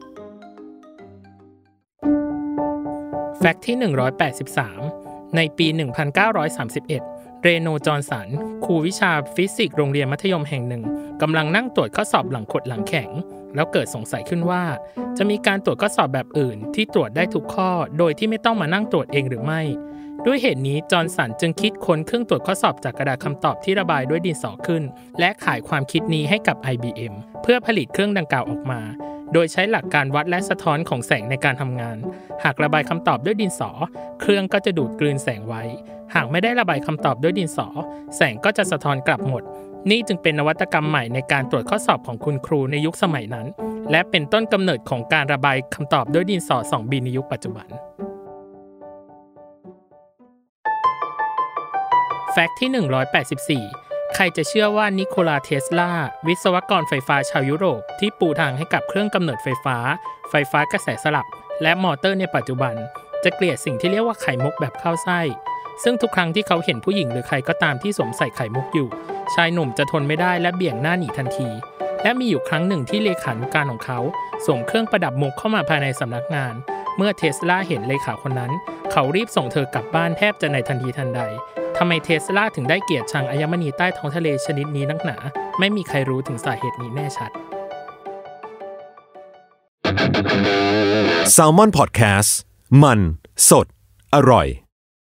แฟกต์ที่หนึ่งร้อยแปดสิบสามในปีหนึ่งพันเก้าร้อยสามสิบเอ็ดเรโน จอห์นสันครูวิชาฟิสิกส์โรงเรียนมัธยมแห่งหนึ่งกำลังนั่งตรวจข้อสอบหลังขดหลังแข็งแล้วเกิดสงสัยขึ้นว่าจะมีการตรวจข้อสอบแบบอื่นที่ตรวจได้ทุกข้อโดยที่ไม่ต้องมานั่งตรวจเองหรือไม่ด้วยเหตุนี้จอห์นสันจึงคิดค้นเครื่องตรวจข้อสอบจากกระดาษคำตอบที่ระบายด้วยดินสอขึ้นและขายความคิดนี้ให้กับ ไอ บี เอ็ม เพื่อผลิตเครื่องดังกล่าวออกมาโดยใช้หลักการวัดและสะท้อนของแสงในการทำงานหากระบายคำตอบด้วยดินสอเครื่องก็จะดูดกลืนแสงไว้หากไม่ได้ระบายคำตอบด้วยดินสอแสงก็จะสะท้อนกลับหมดนี่จึงเป็นนวัตกรรมใหม่ในการตรวจข้อสอบของคุณครูในยุคสมัยนั้นและเป็นต้นกำเนิดของการระบายคำตอบด้วยดินสอ สอง บี ในยุคปัจจุบันแฟกต์ที่หนึ่งร้อยแปดสิบสี่ใครจะเชื่อว่านิโคลา เทสลาวิศวกรไฟฟ้าชาวยุโรปที่ปูทางให้กับเครื่องกำเนิดไฟฟ้าไฟฟ้ากระแสสลับและมอเตอร์ในปัจจุบันจะเกลียดสิ่งที่เรียกว่าไข่มุกแบบเข้าไส้ซึ่งทุกครั้งที่เขาเห็นผู้หญิงหรือใครก็ตามที่สวมใส่ไข่มุกอยู่ชายหนุ่มจะทนไม่ได้และเบี่ยงหน้าหนีทันทีและมีอยู่ครั้งหนึ่งที่เลขานุการของเขาส่งเครื่องประดับมุกเข้ามาภายในสำนักงานเมื่อเทสลาเห็นเลขาคนนั้นเขารีบส่งเธอกลับบ้านแทบจะในทันทีทันใดทำไมเทสลาถึงได้เกลียดชังอัญมณีใต้ท้องทะเลชนิดนี้นักหนาไม่มีใครรู้ถึงสาเหตุนี้แน่ชัด Salmon Podcast มันสดอร่อย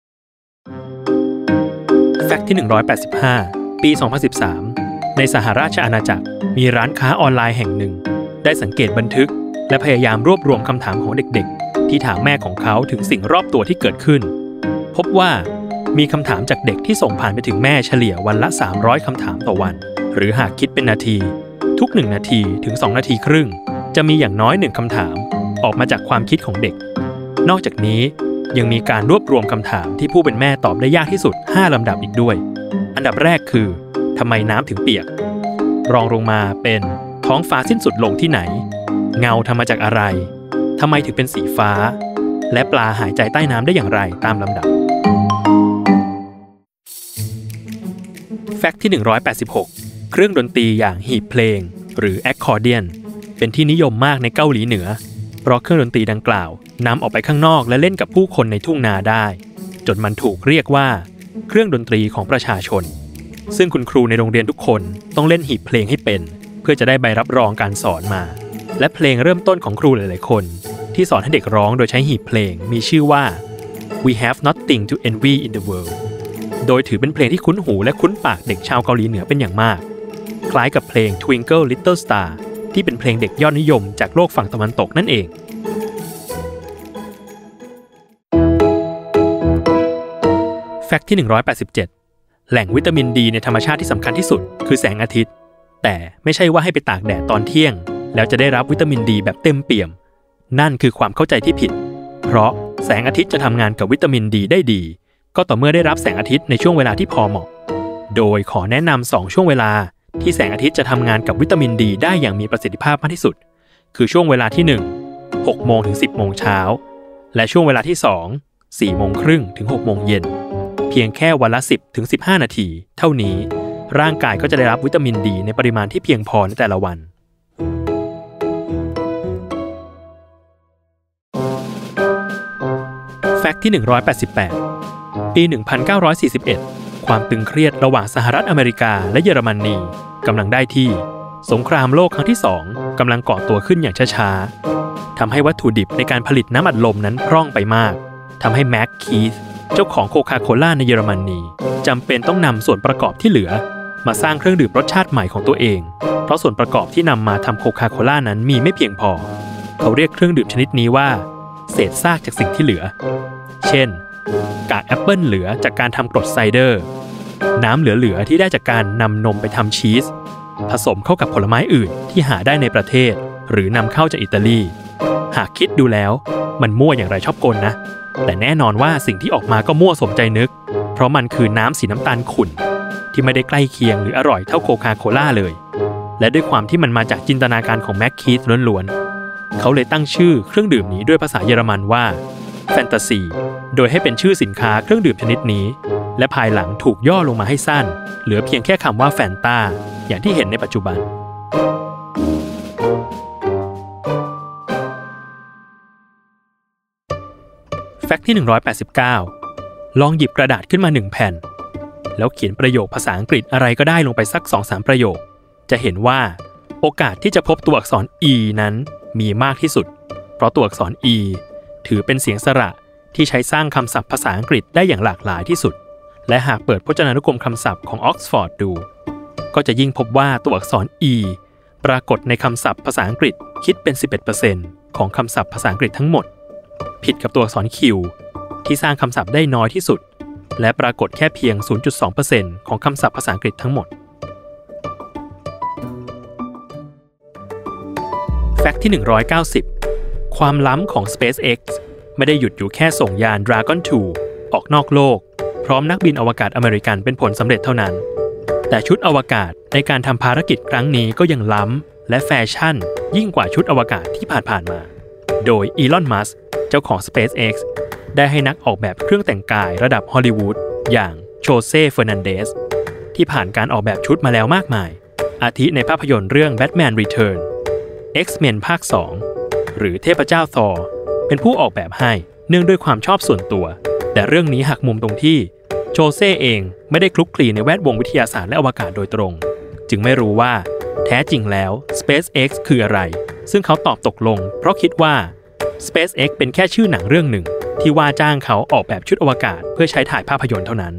แฟกต์ที่หนึ่งร้อยแปดสิบห้าปีสองพันสิบสามในสหราชอาณาจักรมีร้านค้าออนไลน์แห่งหนึ่งได้สังเกตบันทึกและพยายามรวบรวมคำถามของเด็กๆที่ถามแม่ของเขาถึงสิ่งรอบตัวที่เกิดขึ้นพบว่ามีคำถามจากเด็กที่ส่งผ่านไปถึงแม่เฉลี่ยวันละสามร้อยคำถามต่อวันหรือหากคิดเป็นนาทีทุกหนึ่งนาทีถึงสองนาทีครึ่งจะมีอย่างน้อยหนึ่งคำถามออกมาจากความคิดของเด็กนอกจากนี้ยังมีการรวบรวมคำถามที่ผู้เป็นแม่ตอบได้ยากที่สุดห้าลำดับอีกด้วยอันดับแรกคือทำไมน้ำถึงเปียกรองลงมาเป็นท้องฟ้าสิ้นสุดลงที่ไหนเงาทำมาจากอะไรทำไมถึงเป็นสีฟ้าและปลาหายใจใต้น้ำได้อย่างไรตามลำดับแฟกต์ที่หนึ่งร้อยแปดสิบหกเครื่องดนตรีอย่างหีบเพลงหรือแอคคอร์เดียนเป็นที่นิยมมากในเกาหลีเหนือเพราะเครื่องดนตรีดังกล่าวนำออกไปข้างนอกและเล่นกับผู้คนในทุ่งนาได้จนมันถูกเรียกว่าเครื่องดนตรีของประชาชนซึ่งคุณครูในโรงเรียนทุกคนต้องเล่นหีบเพลงให้เป็นเพื่อจะได้ใบรับรองการสอนมาและเพลงเริ่มต้นของครูหลายๆคนที่สอนให้เด็กร้องโดยใช้หีบเพลงมีชื่อว่า We have nothing to envy in the world โดยถือเป็นเพลงที่คุ้นหูและคุ้นปากเด็กชาวเกาหลีเหนือเป็นอย่างมากคล้ายกับเพลง Twinkle Little Star ที่เป็นเพลงเด็กยอดนิยมจากโลกฝั่งตะวันตกนั่นเองแฟกต์ที่หนึ่งร้อยแปดสิบเจ็ดแหล่งวิตามินดีในธรรมชาติที่สำคัญที่สุดคือแสงอาทิตย์แต่ไม่ใช่ว่าให้ไปตากแดดตอนเที่ยงแล้วจะได้รับวิตามินดีแบบเต็มเปี่ยมนั่นคือความเข้าใจที่ผิดเพราะแสงอาทิตย์จะทำงานกับวิตามินดีได้ดีก็ต่อเมื่อได้รับแสงอาทิตย์ในช่วงเวลาที่พอเหมาะโดยขอแนะนำสองช่วงเวลาที่แสงอาทิตย์จะทำงานกับวิตามินดีได้อย่างมีประสิทธิภาพมากที่สุดคือช่วงเวลาที่หนึ่ง หกโมงถึงสิบโมงเช้าและช่วงเวลาที่สอง สี่โมงครึ่งถึงหกโมงเย็นเพียงแค่วันละสิบถึงสิบห้านาทีเท่านี้ร่างกายก็จะได้รับวิตามินดีในปริมาณที่เพียงพอในแต่ละวันแฟกต์ที่หนึ่งร้อยแปดสิบแปดปีหนึ่งพันเก้าร้อยสี่สิบเอ็ดความตึงเครียดระหว่างสหรัฐอเมริกาและเยอรมนีกำลังได้ที่สงครามโลกครั้งที่สองกำลังก่อตัวขึ้นอย่างช้าๆทำให้วัตถุดิบในการผลิตน้ำอัดลมนั้นพร่องไปมากทำให้แม็กคีธเจ้าของโคคาโคล่าในเยอรมนีจำเป็นต้องนำส่วนประกอบที่เหลือมาสร้างเครื่องดื่มรสชาติใหม่ของตัวเองเพราะส่วนประกอบที่นำมาทำโคคาโคล่านั้นมีไม่เพียงพอเขาเรียกเครื่องดื่มชนิดนี้ว่าเศษซากจากสิ่งที่เหลือเช่นกากแอปเปิลเหลือจากการทำกรดไซเดอร์น้ำเหลือๆที่ได้จากการนำนมไปทำชีสผสมเข้ากับผลไม้อื่นที่หาได้ในประเทศหรือนำเข้าจากอิตาลีหากคิดดูแล้วมันมั่วอย่างไรชอบกลนะแต่แน่นอนว่าสิ่งที่ออกมาก็มั่วสมใจนึกเพราะมันคือน้ำสีน้ำตาลขุ่นที่ไม่ได้ใกล้เคียงหรืออร่อยเท่าโคคาโคล่าเลยและด้วยความที่มันมาจากจินตนาการของแม็กคีธล้วนๆเขาเลยตั้งชื่อเครื่องดื่มนี้ด้วยภาษาเยอรมันว่าแฟนตาซีโดยให้เป็นชื่อสินค้าเครื่องดื่มชนิดนี้และภายหลังถูกย่อลงมาให้สั้นเหลือเพียงแค่คำว่าแฟนตาอย่างที่เห็นในปัจจุบันแฟกต์ที่หนึ่งร้อยแปดสิบเก้าลองหยิบกระดาษขึ้นมาหนึ่งแผ่นแล้วเขียนประโยคภาษาอังกฤษอะไรก็ได้ลงไปสัก สองถึงสาม ประโยคจะเห็นว่าโอกาสที่จะพบตัวอักษร e นั้นมีมากที่สุดเพราะตัวอักษร e ถือเป็นเสียงสระที่ใช้สร้างคำศัพท์ภาษาอังกฤษได้อย่างหลากหลายที่สุดและหากเปิดพจนานุกรมคำศัพท์ของออกซฟอร์ดดูก็จะยิ่งพบว่าตัวอักษร e ปรากฏในคำศัพท์ภาษาอังกฤษคิดเป็น สิบเอ็ดเปอร์เซ็นต์ ของคำศัพท์ภาษาอังกฤษทั้งหมดผิดกับตัวอักษร Q ที่สร้างคำศัพท์ได้น้อยที่สุดและปรากฏแค่เพียง ศูนย์จุดสองเปอร์เซ็นต์ ของคำศัพท์ภาษาอังกฤษทั้งหมดแฟกต์ที่หนึ่งร้อยเก้าสิบความล้ำของ SpaceX ไม่ได้หยุดอยู่แค่ส่งยาน Dragon ทูออกนอกโลกพร้อมนักบินอวกาศอเมริกันเป็นผลสำเร็จเท่านั้นแต่ชุดอวกาศในการทำภารกิจครั้งนี้ก็ยังล้ำและแฟชั่นยิ่งกว่าชุดอวกาศที่ผ่านๆมาโดยอีลอน มัสก์เจ้าของ SpaceX ได้ให้นักออกแบบเครื่องแต่งกายระดับฮอลลีวูดอย่างโชเซ่ เฟอร์นันเดสที่ผ่านการออกแบบชุดมาแล้วมากมายอาทิในภาพยนตร์เรื่อง Batman Return X-Men ภาคสองหรือเทพเจ้าธอร์เป็นผู้ออกแบบให้เนื่องด้วยความชอบส่วนตัวแต่เรื่องนี้หักมุมตรงที่โชเซ่เองไม่ได้คลุกคลีในแวดวงวิทยาศาสตร์และอวกาศโดยตรงจึงไม่รู้ว่าแท้จริงแล้ว SpaceX คืออะไรซึ่งเขาตอบตกลงเพราะคิดว่า SpaceX เป็นแค่ชื่อหนังเรื่องหนึ่งที่ว่าจ้างเขาออกแบบชุดอวกาศเพื่อใช้ถ่ายภาพยนตร์เท่านั้น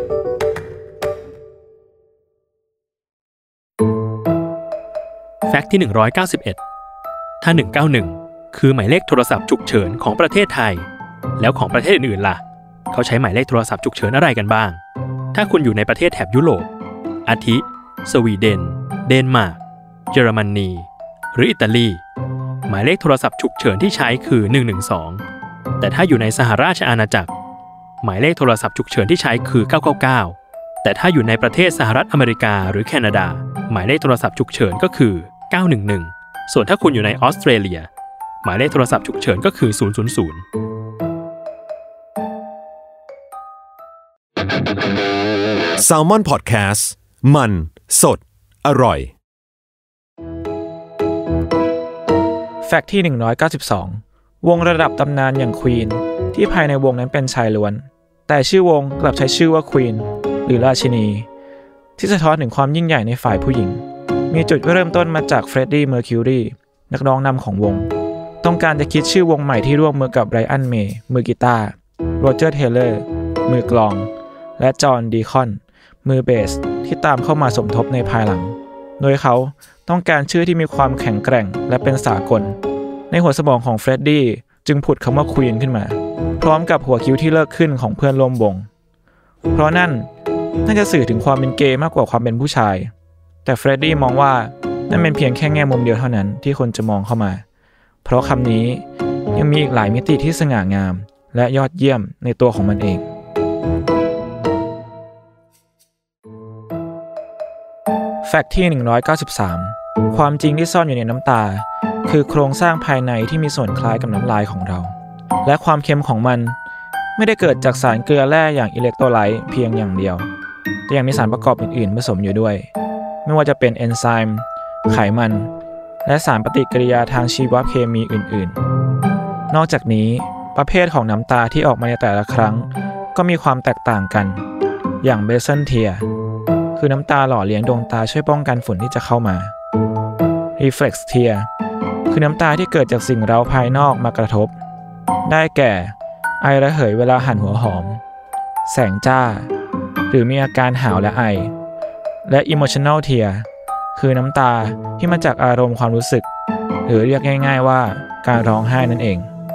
แฟกต์ที่หนึ่งร้อยเก้าสิบเอ็ดถ้าหนึ่งเก้าหนึ่งคือหมายเลขโทรศัพท์ฉุกเฉินของประเทศไทยแล้วของประเทศอื่นๆล่ะเขาใช้หมายเลขโทรศัพท์ฉุกเฉินอะไรกันบ้างถ้าคุณอยู่ในประเทศแถบยุโรปอาทิสวีเดนเดนมาร์กเยอรมนีหรืออิตาลีหมายเลขโทรศัพท์ฉุกเฉินที่ใช้คือหนึ่งหนึ่งสองแต่ถ้าอยู่ในสหราชอาณาจักรหมายเลขโทรศัพท์ฉุกเฉินที่ใช้คือเก้าเก้าเก้าแต่ถ้าอยู่ในประเทศสหรัฐอเมริกาหรือแคนาดาหมายเลขโทรศัพท์ฉุกเฉินก็คือเก้าหนึ่งหนึ่งส่วนถ้าคุณอยู่ในออสเตรเลียหมายเลขโทรศัพท์ฉุกเฉินก็คือศูนย์ ศูนย์ ศูนย์ Salmon Podcast มันสดอร่อยแฟกต์ที่หนึ่งร้อยเก้าสิบสองวงระดับตำนานอย่าง Queen ที่ภายในวงนั้นเป็นชายล้วนแต่ชื่อวงกลับใช้ชื่อว่า Queen หรือราชินีที่สะท้อนถึงความยิ่งใหญ่ในฝ่ายผู้หญิงมีจุดเริ่มต้นมาจากเฟรดดี้เมอร์คิวรีนักร้องนำของวงต้องการจะคิดชื่อวงใหม่ที่ร่วมมือกับไบรอันเมย์มือกีตาร์โรเจอร์เทเลอร์มือกลองและจอห์นดีคอนมือเบสที่ตามเข้ามาสมทบในภายหลังโดยเขาต้องการชื่อที่มีความแข็งแกร่งและเป็นสากลในหัวสมองของเฟรดดี้จึงผุดคำว่า Queen ขึ้นมาพร้อมกับหัวคิ้วที่เลิกขึ้นของเพื่อนร่วมวงเพราะนั่นน่าจะสื่อถึงความเป็นเกย์มากกว่าความเป็นผู้ชายแต่เฟรดดี้มองว่านั่นเป็นเพียงแค่แง่มุมเดียวเท่านั้นที่คนจะมองเข้ามาเพราะคำนี้ยังมีอีกหลายมิติที่สง่างามและยอดเยี่ยมในตัวของมันเองแฟกต์ที่หนึ่งร้อยเก้าสิบสามความจริงที่ซ่อนอยู่ในน้ำตาคือโครงสร้างภายในที่มีส่วนคล้ายกับน้ำลายของเราและความเค็มของมันไม่ได้เกิดจากสารเกลือแร่อย่างอิเล็กโทรไลต์เพียงอย่างเดียวแต่ยังมีสารประกอบอื่นๆผสมอยู่ด้วยไม่ว่าจะเป็นเอนไซม์ไขมันและสารปฏิกิริยาทางชีวเคมีอื่นๆนอกจากนี้ประเภทของน้ำตาที่ออกมาในแต่ละครั้งก็มีความแตกต่างกันอย่างเบเซนเทียคือน้ำตาหล่อเลี้ยงดวงตาช่วยป้องกันฝุ่นที่จะเข้ามา Reflex Tear คือน้ำตาที่เกิดจากสิ่งเร้าภายนอกมากระทบได้แก่ไอระเหยเวลาหั่นหัวหอมแสงจ้าหรือมีอาการหาวและไอและ Emotional Tear คือน้ำตาที่มาจากอารมณ์ความรู้สึกหรือเรียกง่ายๆว่าการร้องไห้นั่นเอง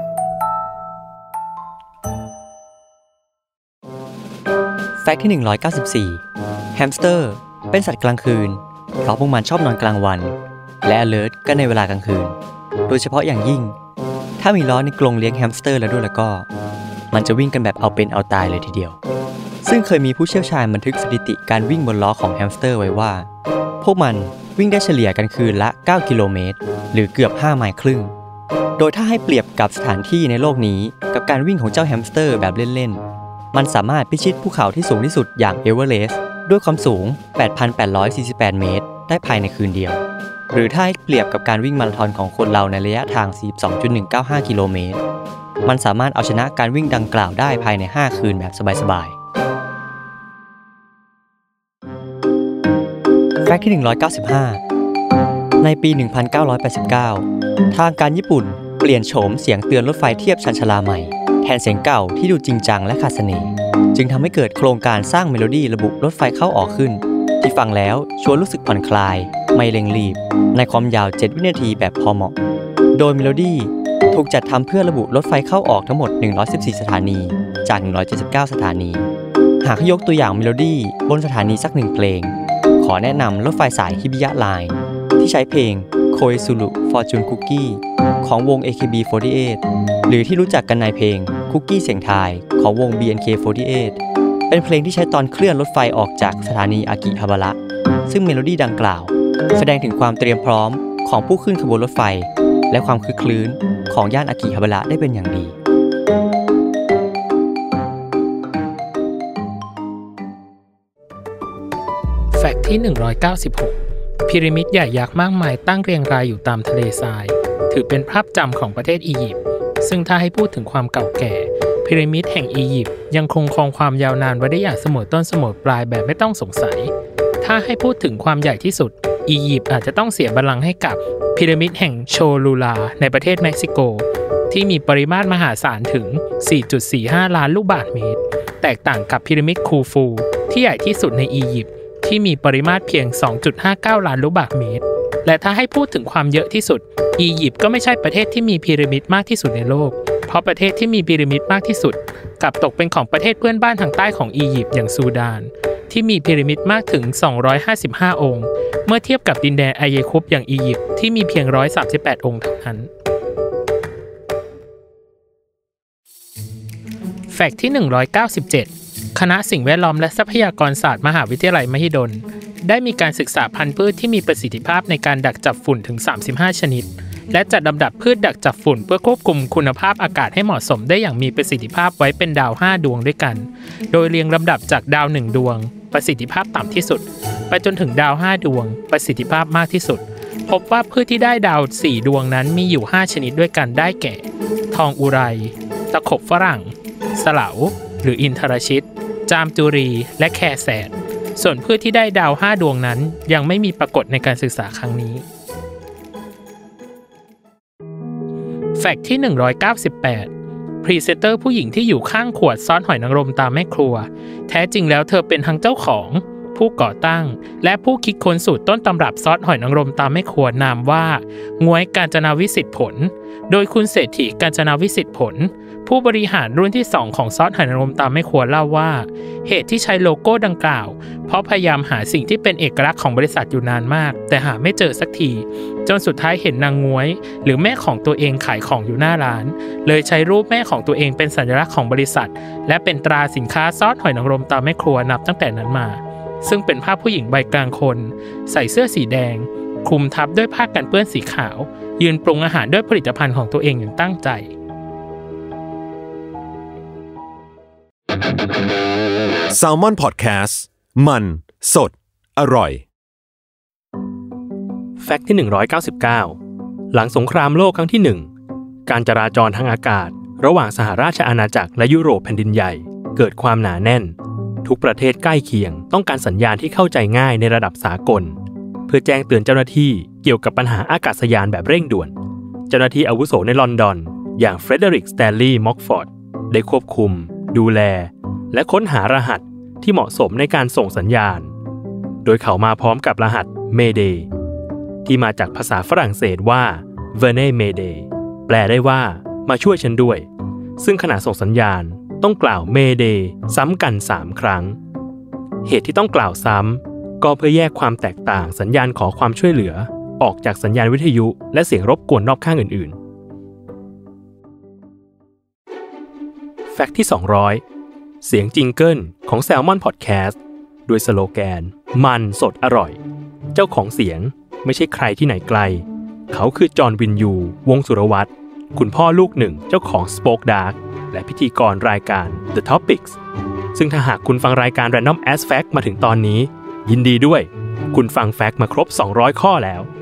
แฟกต์ที่หนึ่งร้อยเก้าสิบสี่แฮมสเตอร์เป็นสัตว์กลางคืนเพราะพวกมันชอบนอนกลางวันและ alert ก็ในเวลากลางคืนโดยเฉพาะอย่างยิ่งถ้ามีล้อในกรงเลี้ยงแฮมสเตอร์แล้วด้วยแล้วก็มันจะวิ่งกันแบบเอาเป็นเอาตายเลยทีเดียวซึ่งเคยมีผู้เชี่ยวชาญบันทึกสถิติการวิ่งบนล้อของแฮมสเตอร์ไว้ว่าพวกมันวิ่งได้เฉลี่ยกันคืนละเก้ากิโลเมตรหรือเกือบห้าไมล์ครึ่งโดยถ้าให้เปรียบกับสถานที่ในโลกนี้กับการวิ่งของเจ้าแฮมสเตอร์แบบเล่นๆมันสามารถพิชิตภูเขาที่สูงที่สุดอย่างเอเวอเรสต์ด้วยความสูง แปดพันแปดร้อยสี่สิบแปด เมตรได้ภายในคืนเดียวหรือถ้าให้เปรียบกับการวิ่งมาราธอนของคนเราในระยะทาง สี่สิบสองจุดหนึ่งเก้าห้า กิโลเมตรมันสามารถเอาชนะการวิ่งดังกล่าวได้ภายในห้าคืนแบบสบายๆแฟกต์ที่หนึ่งร้อยเก้าสิบห้าในปีหนึ่งพันเก้าร้อยแปดสิบเก้าทางการญี่ปุ่นเปลี่ยนโฉมเสียงเตือนรถไฟเทียบชานชาลาใหม่แทนเสียงเก่าที่ดูจริงจังและขาดเสน่ห์จึงทำให้เกิดโครงการสร้างเมโลดี้ระบุรถไฟเข้าออกขึ้นที่ฟังแล้วชวนรู้สึกผ่อนคลายไม่เร่งรีบในความยาวเจ็ดวินาทีแบบพอเหมาะโดยเมโลดี้ถูกจัดทำเพื่อระบุรถไฟเข้าออกทั้งหมดหนึ่งร้อยสิบสี่สถานีจากหนึ่งร้อยเจ็ดสิบเก้าสถานีหากให้ยกตัวอย่างเมโลดี้บนสถานีสักหนึ่งเพลงขอแนะนำรถไฟสายฮิบิยะไลน์ที่ใช้เพลงโคเอซุรุฟอร์จูนคุกกี้ของวง เอ เค บี สี่สิบแปด หรือที่รู้จักกันในเพลงคุกกี้เสียงทายของวง บี เอ็น เค สี่สิบแปด เป็นเพลงที่ใช้ตอนเคลื่อนรถไฟออกจากสถานีอากิฮาบาระซึ่งเมโลดี้ดังกล่าวแสดงถึงความเตรียมพร้อมของผู้ขึ้นขบวนรถไฟและความคลึกคลื้นของย่านอากิฮาบาระได้เป็นอย่างดีแฟกต์ที่หนึ่งร้อยเก้าสิบหกพีระมิดใหญ่ยักษ์มากมายตั้งเรียงรายอยู่ตามทะเลทรายถือเป็นภาพจำของประเทศอียิปต์ซึ่งถ้าให้พูดถึงความเก่าแก่พีระมิดแห่งอียิปต์ยังคงครองความยาวนานไว้ได้อย่างเสมอต้นเสมอปลายแบบไม่ต้องสงสัยถ้าให้พูดถึงความใหญ่ที่สุดอียิปต์อาจจะต้องเสียบัลลังก์ให้กับพีระมิดแห่งโชลูลาในประเทศเม็กซิโกที่มีปริมาตรมหาศาลถึง สี่จุดสี่ห้า ล้านลูกบาศก์เมตรแตกต่างกับพีระมิดคูฟูที่ใหญ่ที่สุดในอียิปต์ที่มีปริมาตรเพียง สองจุดห้าเก้า ล้านลูกบาศก์เมตรและถ้าให้พูดถึงความเยอะที่สุดอียิปต์ก็ไม่ใช่ประเทศที่มีพีระมิดมากที่สุดในโลกเพราะประเทศที่มีพีระมิดมากที่สุดกลับตกเป็นของประเทศเพื่อนบ้านทางใต้ของอียิปต์อย่างซูดานที่มีพีระมิดมากถึงสองร้อยห้าสิบห้าองค์เมื่อเทียบกับดินแดนไอเยคุปอย่างอียิปต์ที่มีเพียงหนึ่งร้อยสามสิบแปดองค์เท่านั้นแฟกต์ที่หนึ่งร้อยเก้าสิบเจ็ดคณะสิ่งแวดล้อมและทรัพยากรศาสตร์มหาวิทยาลัยมหิดลได้มีการศึกษาพันธุ์พืชที่มีประสิทธิภาพในการดักจับฝุ่นถึงสามสิบห้าชนิดและจัดลำดับพืชดักจับฝุ่นเพื่อควบคุมคุณภาพอากาศให้เหมาะสมได้อย่างมีประสิทธิภาพไว้เป็นดาวห้าดวงด้วยกันโดยเรียงลำดับจากดาวหนึ่งดวงประสิทธิภาพต่ำที่สุดไปจนถึงดาวห้าดวงประสิทธิภาพมากที่สุดพบว่าพืชที่ได้ดาวสี่ดวงนั้นมีอยู่ห้าชนิดด้วยกันได้แก่ทองอุไรตะขบฝรั่งสะเหลาหรืออินทรชิตจามจุรีและแคแสดส่วนพืชที่ได้ดาวห้าดวงนั้นยังไม่มีปรากฏในการศึกษาครั้งนี้แฟกต์ที่หนึ่งร้อยเก้าสิบแปดพรีเซนเตอร์ผู้หญิงที่อยู่ข้างขวดซอสหอยนางรมตามแม่ครัวแท้จริงแล้วเธอเป็นทั้งเจ้าของผู้ก่อตั้งและผู้คิดค้นสูตรต้นตำรับซอสหอยนางรมตามแม่ครัวนามว่าง้วยกาญจนาวิสิทธิ์ผลโดยคุณเศรษฐีกาญจนาวิสิทธิ์ผลผู้บริหารรุ่นที่สองของซอสหอยนางรมตามแม่ครัวเล่าว่าเหตุที่ใช้โลโก้ดังกล่าวเพราะพยายามหาสิ่งที่เป็นเอกลักษณ์ของบริษัทอยู่นานมากแต่หาไม่เจอสักทีจนสุดท้ายเห็นนางง้วยหรือแม่ของตัวเองขายของอยู่หน้าร้านเลยใช้รูปแม่ของตัวเองเป็นสัญลักษณ์ของบริษัทและเป็นตราสินค้าซอสหอยนางรมตามแม่ครัวนับตั้งแต่นั้นมาซึ่งเป็นภาพผู้หญิงใบกลางคนใส่เสื้อสีแดงคลุมทับด้วยผ้ากันเปื้อนสีขาวยืนปรุงอาหารด้วยผลิตภัณฑ์ของตัวเองอย่างตั้งใจ Salmon Podcast มันสดอร่อยแฟกต์ที่หนึ่งร้อยเก้าสิบเก้าหลังสงครามโลกครั้งที่หนึ่งการจราจรทางอากาศระหว่างสหราชอาณาจักรและยุโรปแผ่นดินใหญ่เกิดความหนาแน่นทุกประเทศใกล้เคียงต้องการสัญญาณที่เข้าใจง่ายในระดับสากลเพื่อแจ้งเตือนเจ้าหน้าที่เกี่ยวกับปัญหาอากาศยานแบบเร่งด่วนเจ้าหน้าที่อาวุโสในลอนดอนอย่างเฟรเดริกสแตนลีย์ม็อกฟอร์ดได้ควบคุมดูแลและค้นหารหัสที่เหมาะสมในการส่งสัญญาณโดยเขามาพร้อมกับรหัส Mayday ที่มาจากภาษาฝรั่งเศสว่า Venez Mayday แปลได้ว่ามาช่วยฉันด้วยซึ่งขณะส่งสัญญาณต้องกล่าว Mayday ซ้ำกันสามครั้งเหตุที่ต้องกล่าวซ้ำก็เพื่อแยกความแตกต่างสัญญาณขอความช่วยเหลือออกจากสัญญาณวิทยุและเสียงรบกวนรอบข้างอื่นๆแฟกต์ที่สองร้อยเสียงจิงเกิลของ Salmon Podcast ด้วยสโลแกนมันสดอร่อยเจ้าของเสียงไม่ใช่ใครที่ไหนไกลเขาคือจอห์นวินยูวงศ์สุรวัตรคุณพ่อลูกหนึ่งเจ้าของ Spoke Dark และพิธีกรรายการ The Topics ซึ่งถ้าหากคุณฟังรายการ Random as Fact มาถึงตอนนี้ยินดีด้วยคุณฟังแฟกต์มาครบสองร้อยข้อแล้ว